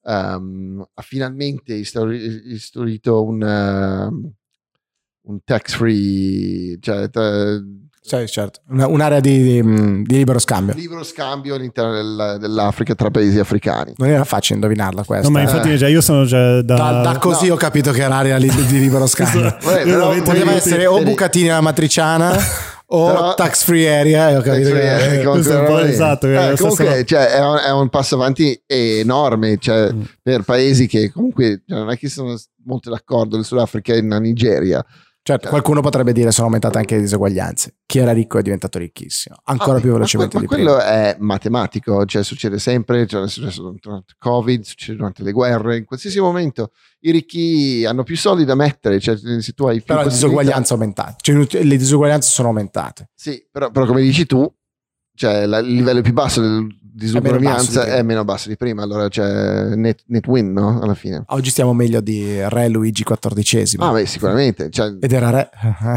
finalmente istituito un tax free, cioè Sì, certo. Un'area di libero scambio. libero scambio all'interno dell'Africa tra paesi africani. Non era facile indovinarla questa. No, ma infatti io sono già Da così no. ho capito che era area di libero scambio. Vabbè, però Poteva essere o bucatini alla matriciana o Però- tax free area. Ho capito che... questo è un po' esatto, è la comunque stessa- cioè, è un passo avanti enorme, cioè, per paesi che comunque non è che sono molto d'accordo il Sudafrica e la Nigeria. Certo, qualcuno potrebbe dire sono aumentate anche le diseguaglianze. Chi era ricco è diventato ricchissimo, ancora più velocemente ma di quello prima. è matematico, cioè succede sempre, cioè, è successo durante il Covid, succede durante le guerre, in qualsiasi momento i ricchi hanno più soldi da mettere, cioè se tu hai più Però le possibilità- disuguaglianze aumentate, cioè, le disuguaglianze sono aumentate. Sì, però come dici tu, cioè il livello più basso di disuguaglianza prima. è meno basso di prima, allora c'è net win, no? Alla fine. Oggi stiamo meglio di re Luigi XIV. Ah, beh, sicuramente. Cioè, Ed era re.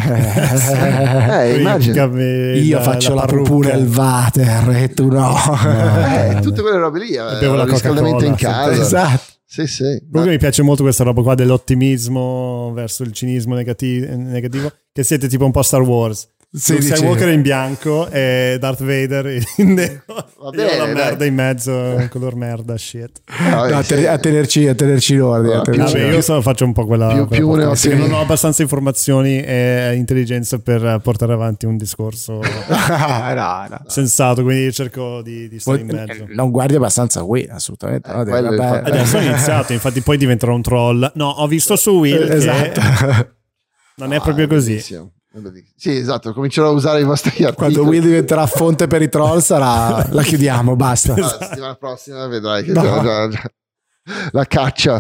immagino. Io faccio la pupù nel water e tu no. Tutte quelle robe lì, Bevo la il riscaldamento in Coca-Cola, casa. Esatto. Sì. Comunque mi piace molto questa roba qua dell'ottimismo verso il cinismo negativo, che siete tipo un po' Star Wars. Sì, Luke dici- Skywalker in bianco e Darth Vader in nero. Vabbè, Io la dai. merda in mezzo, color merda, shit. No, No, sì. a tenerci in ordine. Ah, a tenerci Vabbè, in io faccio un po' quella più quella ne ho parte, più- perché non ho abbastanza informazioni e intelligenza per portare avanti un discorso ordine. No. sensato, quindi cerco di stare in mezzo. Non guardi abbastanza Will, assolutamente. No, quello è il vabbè. fatto. Adesso ho iniziato, infatti poi diventerò un troll. No, ho visto su Will Esatto. che non è proprio così. Bellissimo. Sì, esatto, comincerò a usare i vostri articoli. Quando Will diventerà fonte per i troll la chiudiamo, basta. La settimana prossima vedrai che No. già la caccia,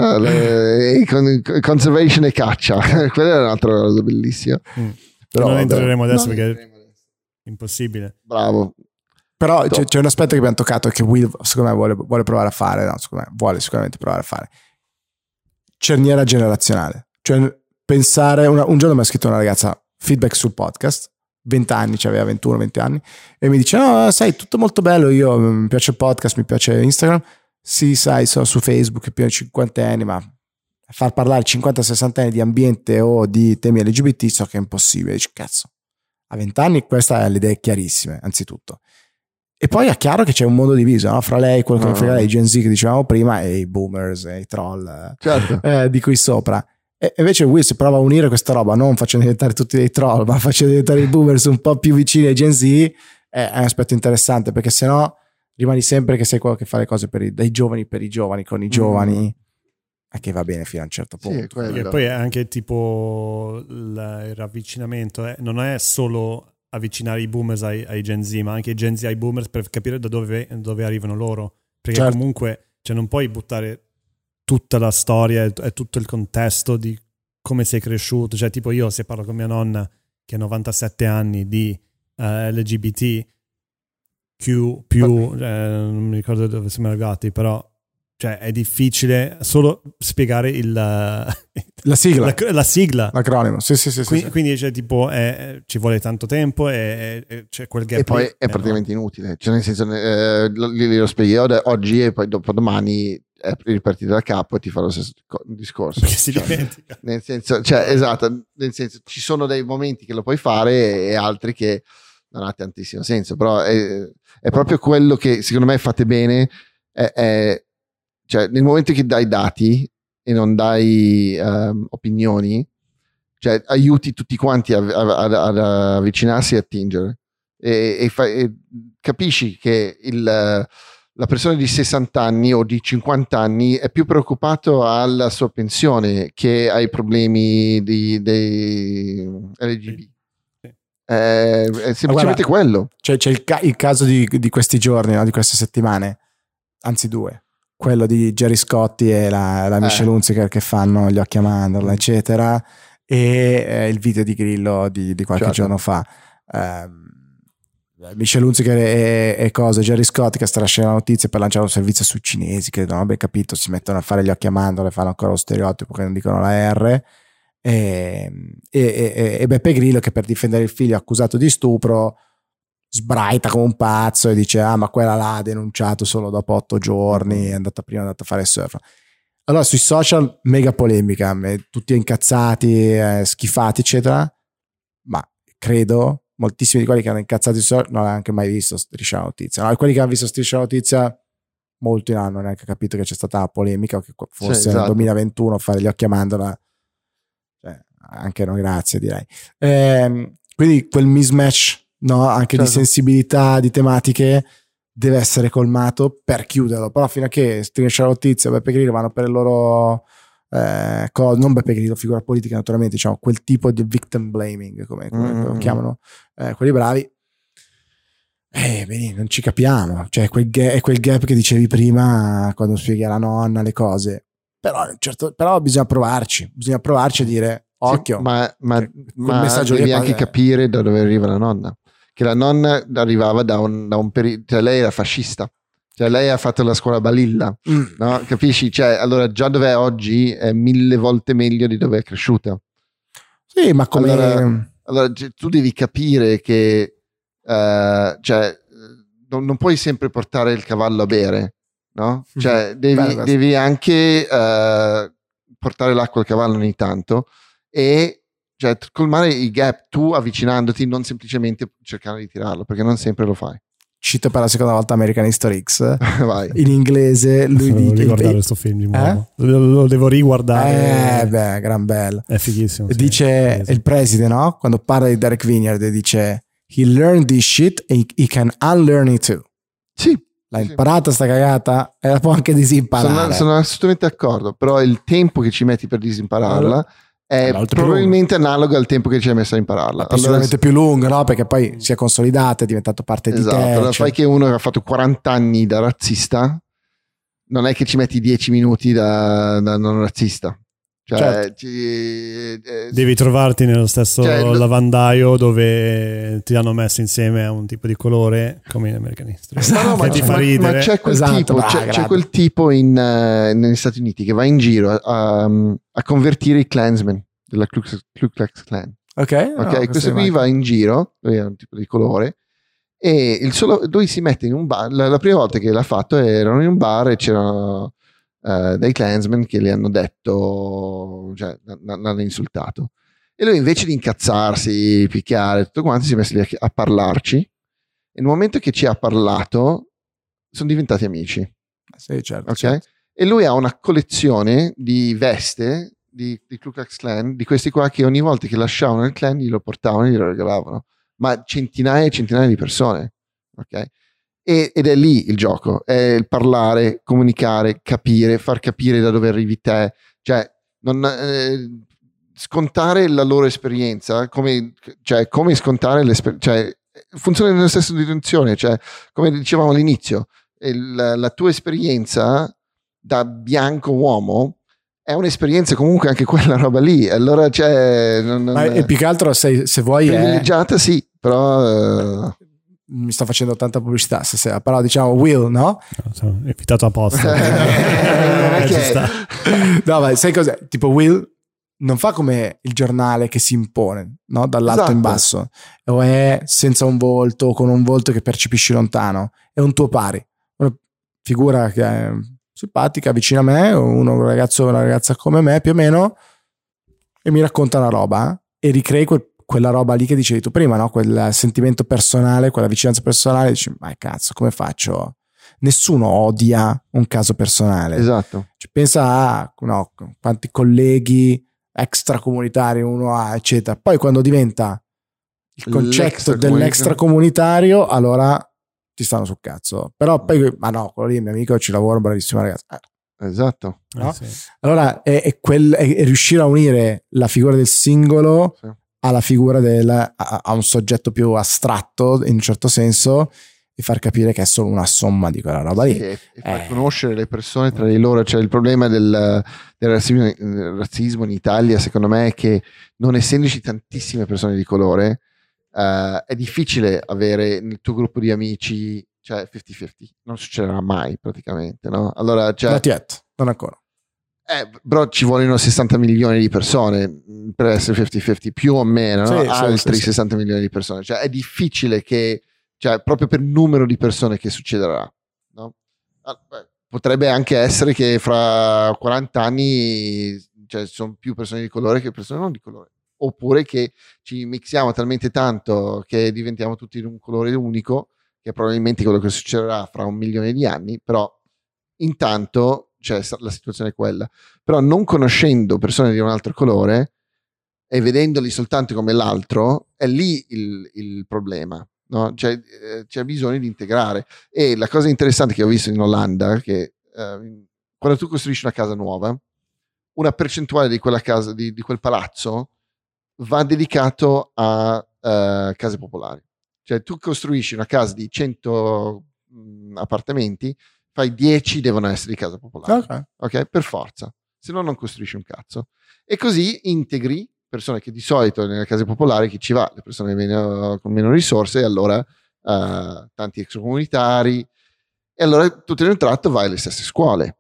conservation e caccia. Quella è un'altra cosa bellissima. Però, non vabbè, entreremo adesso non perché entreremo adesso. impossibile. Bravo. Però c'è un aspetto che abbiamo toccato che Will secondo me vuole provare a fare, no, secondo me vuole sicuramente provare a fare. Cerniera generazionale. Cioè pensare, un giorno mi ha scritto una ragazza feedback sul podcast, 20 anni, cioè aveva 21-20 ananni, e mi dice no, sai, tutto molto bello, io mi piace il podcast, mi piace Instagram, sì, sai, sono su Facebook più di 50 anni, ma far parlare 50-60 anni di ambiente o di temi LGBT so che è impossibile. Dici, cazzo, a 20 anni questa è l'idea chiarissime, anzitutto. E poi è chiaro che c'è un mondo diviso, no? Fra lei, quello che mi frega lei, Gen Z che dicevamo prima, e i boomers e i troll Certo. di qui sopra. E invece Will si prova a unire questa roba, non facendo diventare tutti dei troll, ma facendo diventare i boomers un po' più vicini ai Gen Z, è un aspetto interessante, perché sennò rimani sempre che sei quello che fa le cose dai giovani per i giovani, con i giovani, a che va bene fino a un certo punto. Sì, quello. Perché poi è anche tipo il ravvicinamento, non è solo avvicinare i boomers ai Gen Z, ma anche i Gen Z ai boomers per capire da dove arrivano loro. Perché Certo. comunque non puoi buttare tutta la storia e tutto il contesto di come sei cresciuto. Cioè tipo io, se parlo con mia nonna che ha 97 anni di LGBT non mi ricordo dove siamo arrivati, però cioè è difficile solo spiegare La sigla, la sigla. l'acronimo, sì. Quindi cioè, tipo ci vuole tanto tempo e c'è quel gap E poi lì, è praticamente inutile, cioè nel senso lo spieghi oggi e poi dopodomani è ripartire da capo e ti fa lo stesso discorso. perché si Cioè, dimentica. nel senso, cioè, esatto, nel senso ci sono dei momenti che lo puoi fare e altri che non ha tantissimo senso, però è proprio quello che secondo me fate bene, cioè nel momento che dai dati e non dai opinioni, cioè aiuti tutti quanti ad avvicinarsi e attingere e capisci che la persona di 60 anni o di 50 anni è più preoccupato alla sua pensione che ai problemi dei LGBT. È semplicemente quello. C'è il caso di questi giorni, no? Di queste settimane, anzi 2, quello di Gerry Scotti e la Michelle Hunziker che fanno Gli occhi a mandorla, eccetera, e il video di Grillo di qualche giorno fa. Michelle Hunziker e Gerry Scotti che sta lasciando la notizia per lanciare un servizio sui cinesi che non abbia capito, si mettono a fare gli occhi a mandorla e fanno ancora lo stereotipo che non dicono la R. E Beppe Grillo che per difendere il figlio accusato di stupro sbraita come un pazzo e dice ma quella l'ha denunciato solo dopo 8 giorni, è andata a fare surf. Allora sui social mega polemica, tutti incazzati, schifati eccetera, ma credo moltissimi di quelli che hanno incazzato sui social non hanno anche mai visto Striscia la Notizia, no? Quelli che hanno visto Striscia la Notizia molti non hanno neanche capito che c'è stata una polemica o che forse nel 2021 fare gli occhi a mandorla, anche no grazie direi, quindi quel mismatch, no, anche di sensibilità, di tematiche deve essere colmato per chiuderlo, però fino a che Striscia la Notizia, Beppe Grillo vanno per le loro non Beppe Grillo, figura politica naturalmente, diciamo quel tipo di victim blaming come lo chiamano quelli bravi, non ci capiamo, cioè è quel gap che dicevi prima quando spieghi alla nonna le cose, però bisogna provarci a dire occhio, ma devi anche capire da dove arriva la nonna, che la nonna arrivava da un periodo, cioè lei era fascista, cioè lei ha fatto la scuola Balilla, no? Capisci? Cioè allora già dove è oggi è 1000 volte meglio di dove è cresciuta. Sì, ma come allora tu devi capire che cioè non puoi sempre portare il cavallo a bere, no? Cioè devi anche portare l'acqua al cavallo ogni tanto e cioè colmare i gap, tu avvicinandoti, non semplicemente cercare di tirarlo, perché non sempre lo fai. Cito per la seconda volta American History X Vai. In inglese lui devo riguardare questo film di nuovo, lo devo riguardare, gran bello, è fighissimo, sì. Dice il preside, no? Quando parla di Derek Vineyard dice he learned this shit and he can unlearn it too. Sì, l'ha imparata sta cagata e la può anche disimparare. Sono assolutamente d'accordo, però il tempo che ci metti per disimpararla è probabilmente analogo al tempo che ci hai messo a impararla. È sicuramente più lungo, no? Perché poi si è consolidata, è diventato parte di te. Allora fai che uno che ha fatto 40 anni da razzista, non è che ci metti 10 minuti da non razzista. Cioè, devi trovarti nello stesso lavandaio dove ti hanno messo insieme a un tipo di colore come in American History. Ma c'è quel tipo, c'è quel tipo negli Stati Uniti che va in giro a convertire i Klansmen della Ku Klux Klan. Ok, questo qui va in giro, lui è un tipo di colore, e lui si mette in un bar. La prima volta che l'ha fatto erano in un bar e c'erano dei Klansmen che le hanno detto, cioè l'hanno insultato, e lui invece di incazzarsi, picchiare tutto quanto, si è messo lì a parlarci, e nel momento che ci ha parlato sono diventati amici. Sì, certo, ok, certo. E lui ha una collezione di veste di Ku Klux Klan, di questi qua che ogni volta che lasciavano il clan glielo portavano e glielo regalavano, ma centinaia e centinaia di persone, ok? Ed è lì il gioco, è il parlare, comunicare, capire, far capire da dove arrivi te, cioè scontare la loro esperienza, come scontare l'esperienza, cioè funziona nella stessa direzione, cioè come dicevamo all'inizio, la tua esperienza da bianco uomo è un'esperienza comunque anche quella roba lì, allora e più che altro se vuoi privilegiata, sì, però mi sto facendo tanta pubblicità stasera, però diciamo Will, no? Sono invitato apposta. No, ma sai cos'è? Tipo Will non fa come il giornale che si impone, no? Dall'alto in basso, o è senza un volto, con un volto che percepisci lontano, è un tuo pari, una figura che è simpatica vicino a me, un ragazzo o una ragazza come me più o meno, e mi racconta una roba e ricrei quella roba lì che dicevi tu prima, no? Quel sentimento personale, quella vicinanza personale, dici ma cazzo, come faccio? Nessuno odia un caso personale. Esatto. Pensa a quanti colleghi extracomunitari uno ha, eccetera. Poi quando diventa il concetto dell'extracomunitario, allora ti stanno sul cazzo. Però poi, ma no, quello lì è mio amico, ci lavora, un bravissimo ragazzo. Esatto. No? Sì. Allora è riuscire a unire la figura del singolo alla figura a un soggetto più astratto in un certo senso, e far capire che è solo una somma di quella roba lì. E far conoscere le persone tra di loro. Cioè il problema del razzismo in Italia, secondo me, è che non essendoci tantissime persone di colore, è difficile avere nel tuo gruppo di amici, cioè 50-50, non succederà mai praticamente, no? Allora, cioè, Not yet, non ancora. però ci vogliono 60 milioni di persone per essere 50-50, più o meno, no? Sì, altri sì. 60 milioni di persone. Cioè è difficile che, cioè proprio per numero di persone che succederà, no? Potrebbe anche essere che fra 40 anni, cioè, sono più persone di colore che persone non di colore, oppure che ci mixiamo talmente tanto che diventiamo tutti di un colore unico, che è probabilmente quello che succederà fra 1 milione di anni. Però intanto, cioè, la situazione è quella. Però non conoscendo persone di un altro colore e vedendoli soltanto come l'altro, è lì il problema, no? Cioè, c'è bisogno di integrare. E la cosa interessante che ho visto in Olanda, che quando tu costruisci una casa nuova, una percentuale di quella casa, di quel palazzo, va dedicato a case popolari. Cioè tu costruisci una casa di 100 appartamenti, fai 10 devono essere di casa popolare, ok? Per forza, se no non costruisci un cazzo. E così integri persone che di solito nelle case popolari chi ci va, le persone con meno risorse, e allora tanti extracomunitari, e allora tutto in un tratto vai alle stesse scuole,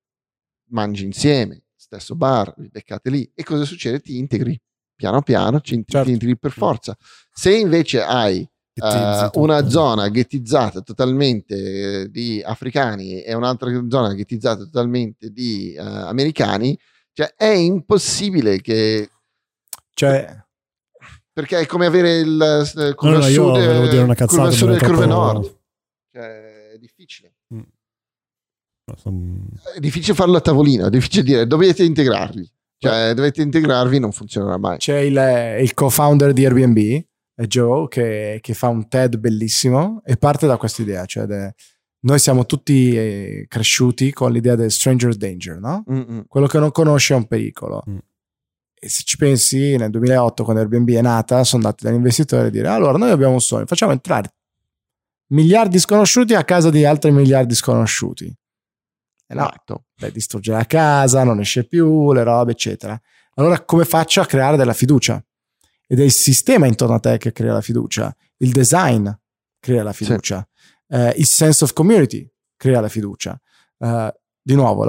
mangi insieme, stesso bar, vi beccate lì, e cosa succede? Ti integri piano piano, ti integri per forza. Se invece hai una zona ghettizzata totalmente di africani e un'altra zona ghettizzata totalmente di americani, cioè è impossibile che, cioè, perché è come avere il curva sud e curva nord, cioè è difficile. È difficile farlo a tavolino, è difficile dire dovete integrarvi, cioè dovete integrarvi, non funzionerà mai. C'è il co-founder di Airbnb, Joe, che fa un TED bellissimo e parte da questa idea, cioè noi siamo tutti cresciuti con l'idea del stranger danger, no? Quello che non conosce è un pericolo. E se ci pensi, nel 2008 quando Airbnb è nata, sono andati dagli investitori a dire allora noi abbiamo un sogno, facciamo entrare miliardi sconosciuti a casa di altri miliardi sconosciuti. E no, distrugge la casa, non esce più, le robe eccetera. Allora come faccio a creare della fiducia? Ed è il sistema intorno a te che crea la fiducia, il design crea la fiducia, il sense of community crea la fiducia. Di nuovo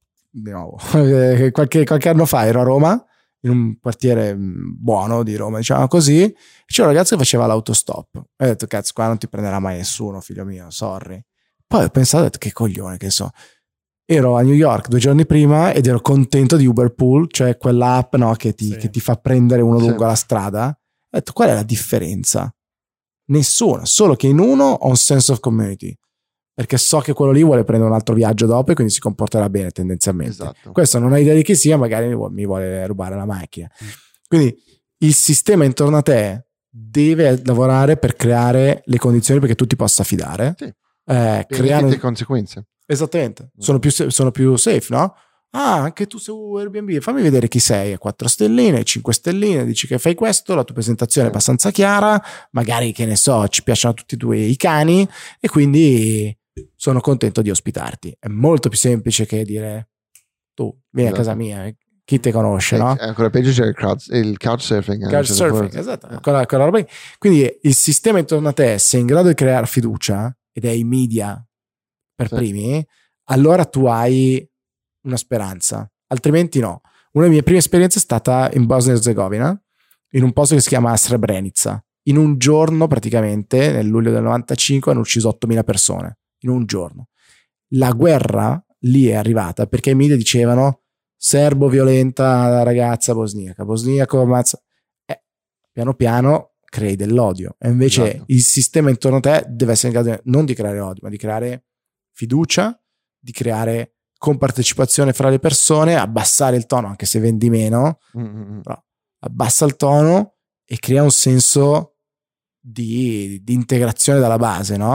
qualche anno fa ero a Roma, in un quartiere buono di Roma, diciamo così, c'era un ragazzo che faceva l'autostop. Ho detto cazzo, qua non ti prenderà mai nessuno, figlio mio, sorry. Poi ho pensato, ho detto, che coglione che so. Ero a New York 2 giorni prima ed ero contento di Uberpool, cioè quell'app, no, che ti fa prendere uno lungo la strada. Ho detto, qual è la differenza? Nessuna, solo che in uno ho un sense of community, perché so che quello lì vuole prendere un altro viaggio dopo e quindi si comporterà bene tendenzialmente. Esatto. Questo non ha idea di chi sia, magari mi vuole rubare la macchina. Quindi il sistema intorno a te deve lavorare per creare le condizioni perché tu ti possa fidare. Sì. Creare le conseguenze. Esattamente, sono più safe, no? Anche tu su Airbnb, fammi vedere chi sei, 4 stelline, 5 stelline, dici che fai questo, la tua presentazione è abbastanza chiara, magari, che ne so, ci piacciono tutti e due i cani e quindi sono contento di ospitarti. È molto più semplice che dire tu vieni a casa mia, chi te conosce, no? Ancora peggio c'è il couchsurfing. Couchsurfing, esatto, quella roba. Quindi il sistema intorno a te, se è in grado di creare fiducia, ed è i media per primi, allora tu hai una speranza, altrimenti no. Una delle mie prime esperienze è stata in Bosnia e Erzegovina, in un posto che si chiama Srebrenica. In un giorno, praticamente, nel luglio del 95, hanno ucciso 8.000 persone, in un giorno. La guerra lì è arrivata perché i media dicevano serbo violenta la ragazza bosniaco ammazza. Piano piano crei dell'odio, e invece il sistema intorno a te deve essere in grado non di creare odio, ma di creare fiducia, di creare compartecipazione fra le persone, abbassare il tono anche se vendi meno, però abbassa il tono e crea un senso di integrazione dalla base, no?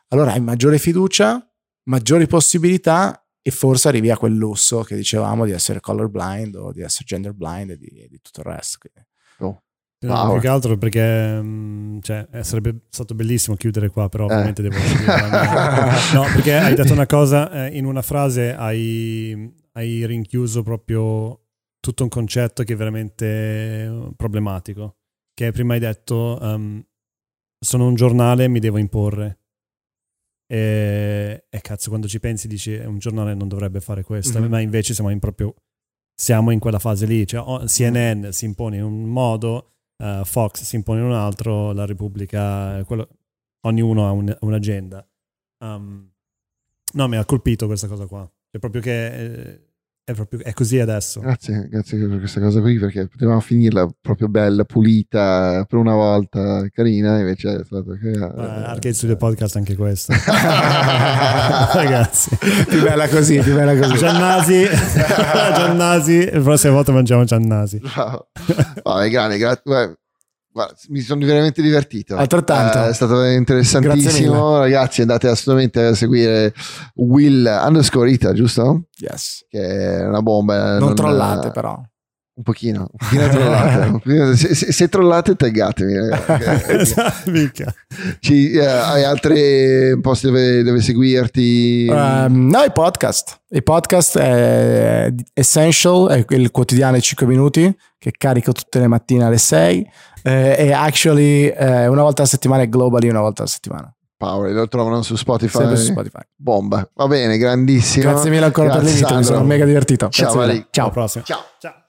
allora hai maggiore fiducia, maggiori possibilità e forse arrivi a quel lusso che dicevamo di essere colorblind o di essere gender blind e di tutto il resto. Oh. No, più che altro perché sarebbe stato bellissimo chiudere qua, però ovviamente devo no, perché hai detto una cosa, in una frase hai rinchiuso proprio tutto un concetto che è veramente problematico, che prima hai detto sono un giornale, mi devo imporre. E cazzo, quando ci pensi dici un giornale non dovrebbe fare questo, ma invece siamo in quella fase lì, cioè CNN si impone in un modo, Fox si impone in un altro, la Repubblica, ognuno ha un'agenda. No, mi ha colpito questa cosa qua, è proprio che è così adesso. Grazie per questa cosa qui, perché potevamo finirla proprio bella, pulita, per una volta, carina, invece è stato che Arcade Studio Podcast anche questo. Ragazzi, più bella così. Giannasi, la prossima volta mangiamo Giannasi. Vabbè, grande, guarda, mi sono veramente divertito. Altrettanto. È stato interessantissimo, ragazzi. Andate assolutamente a seguire Will_Ita, giusto? Yes. Che è una bomba. Non trollate, però. Un pochino trollate. Se trollate, taggatemi. Hai altri posti dove seguirti? No, i podcast. Il podcast è Essential, è il quotidiano di 5 minuti che carico tutte le mattine alle 6. E actually una volta alla settimana è Globally, una volta alla settimana. Power, lo trovano su Spotify. Sempre su Spotify. Bomba, va bene, grandissimo. Grazie mille ancora per l'invito, mi sono mega divertito. Ciao, Ciao. Alla prossima. Ciao.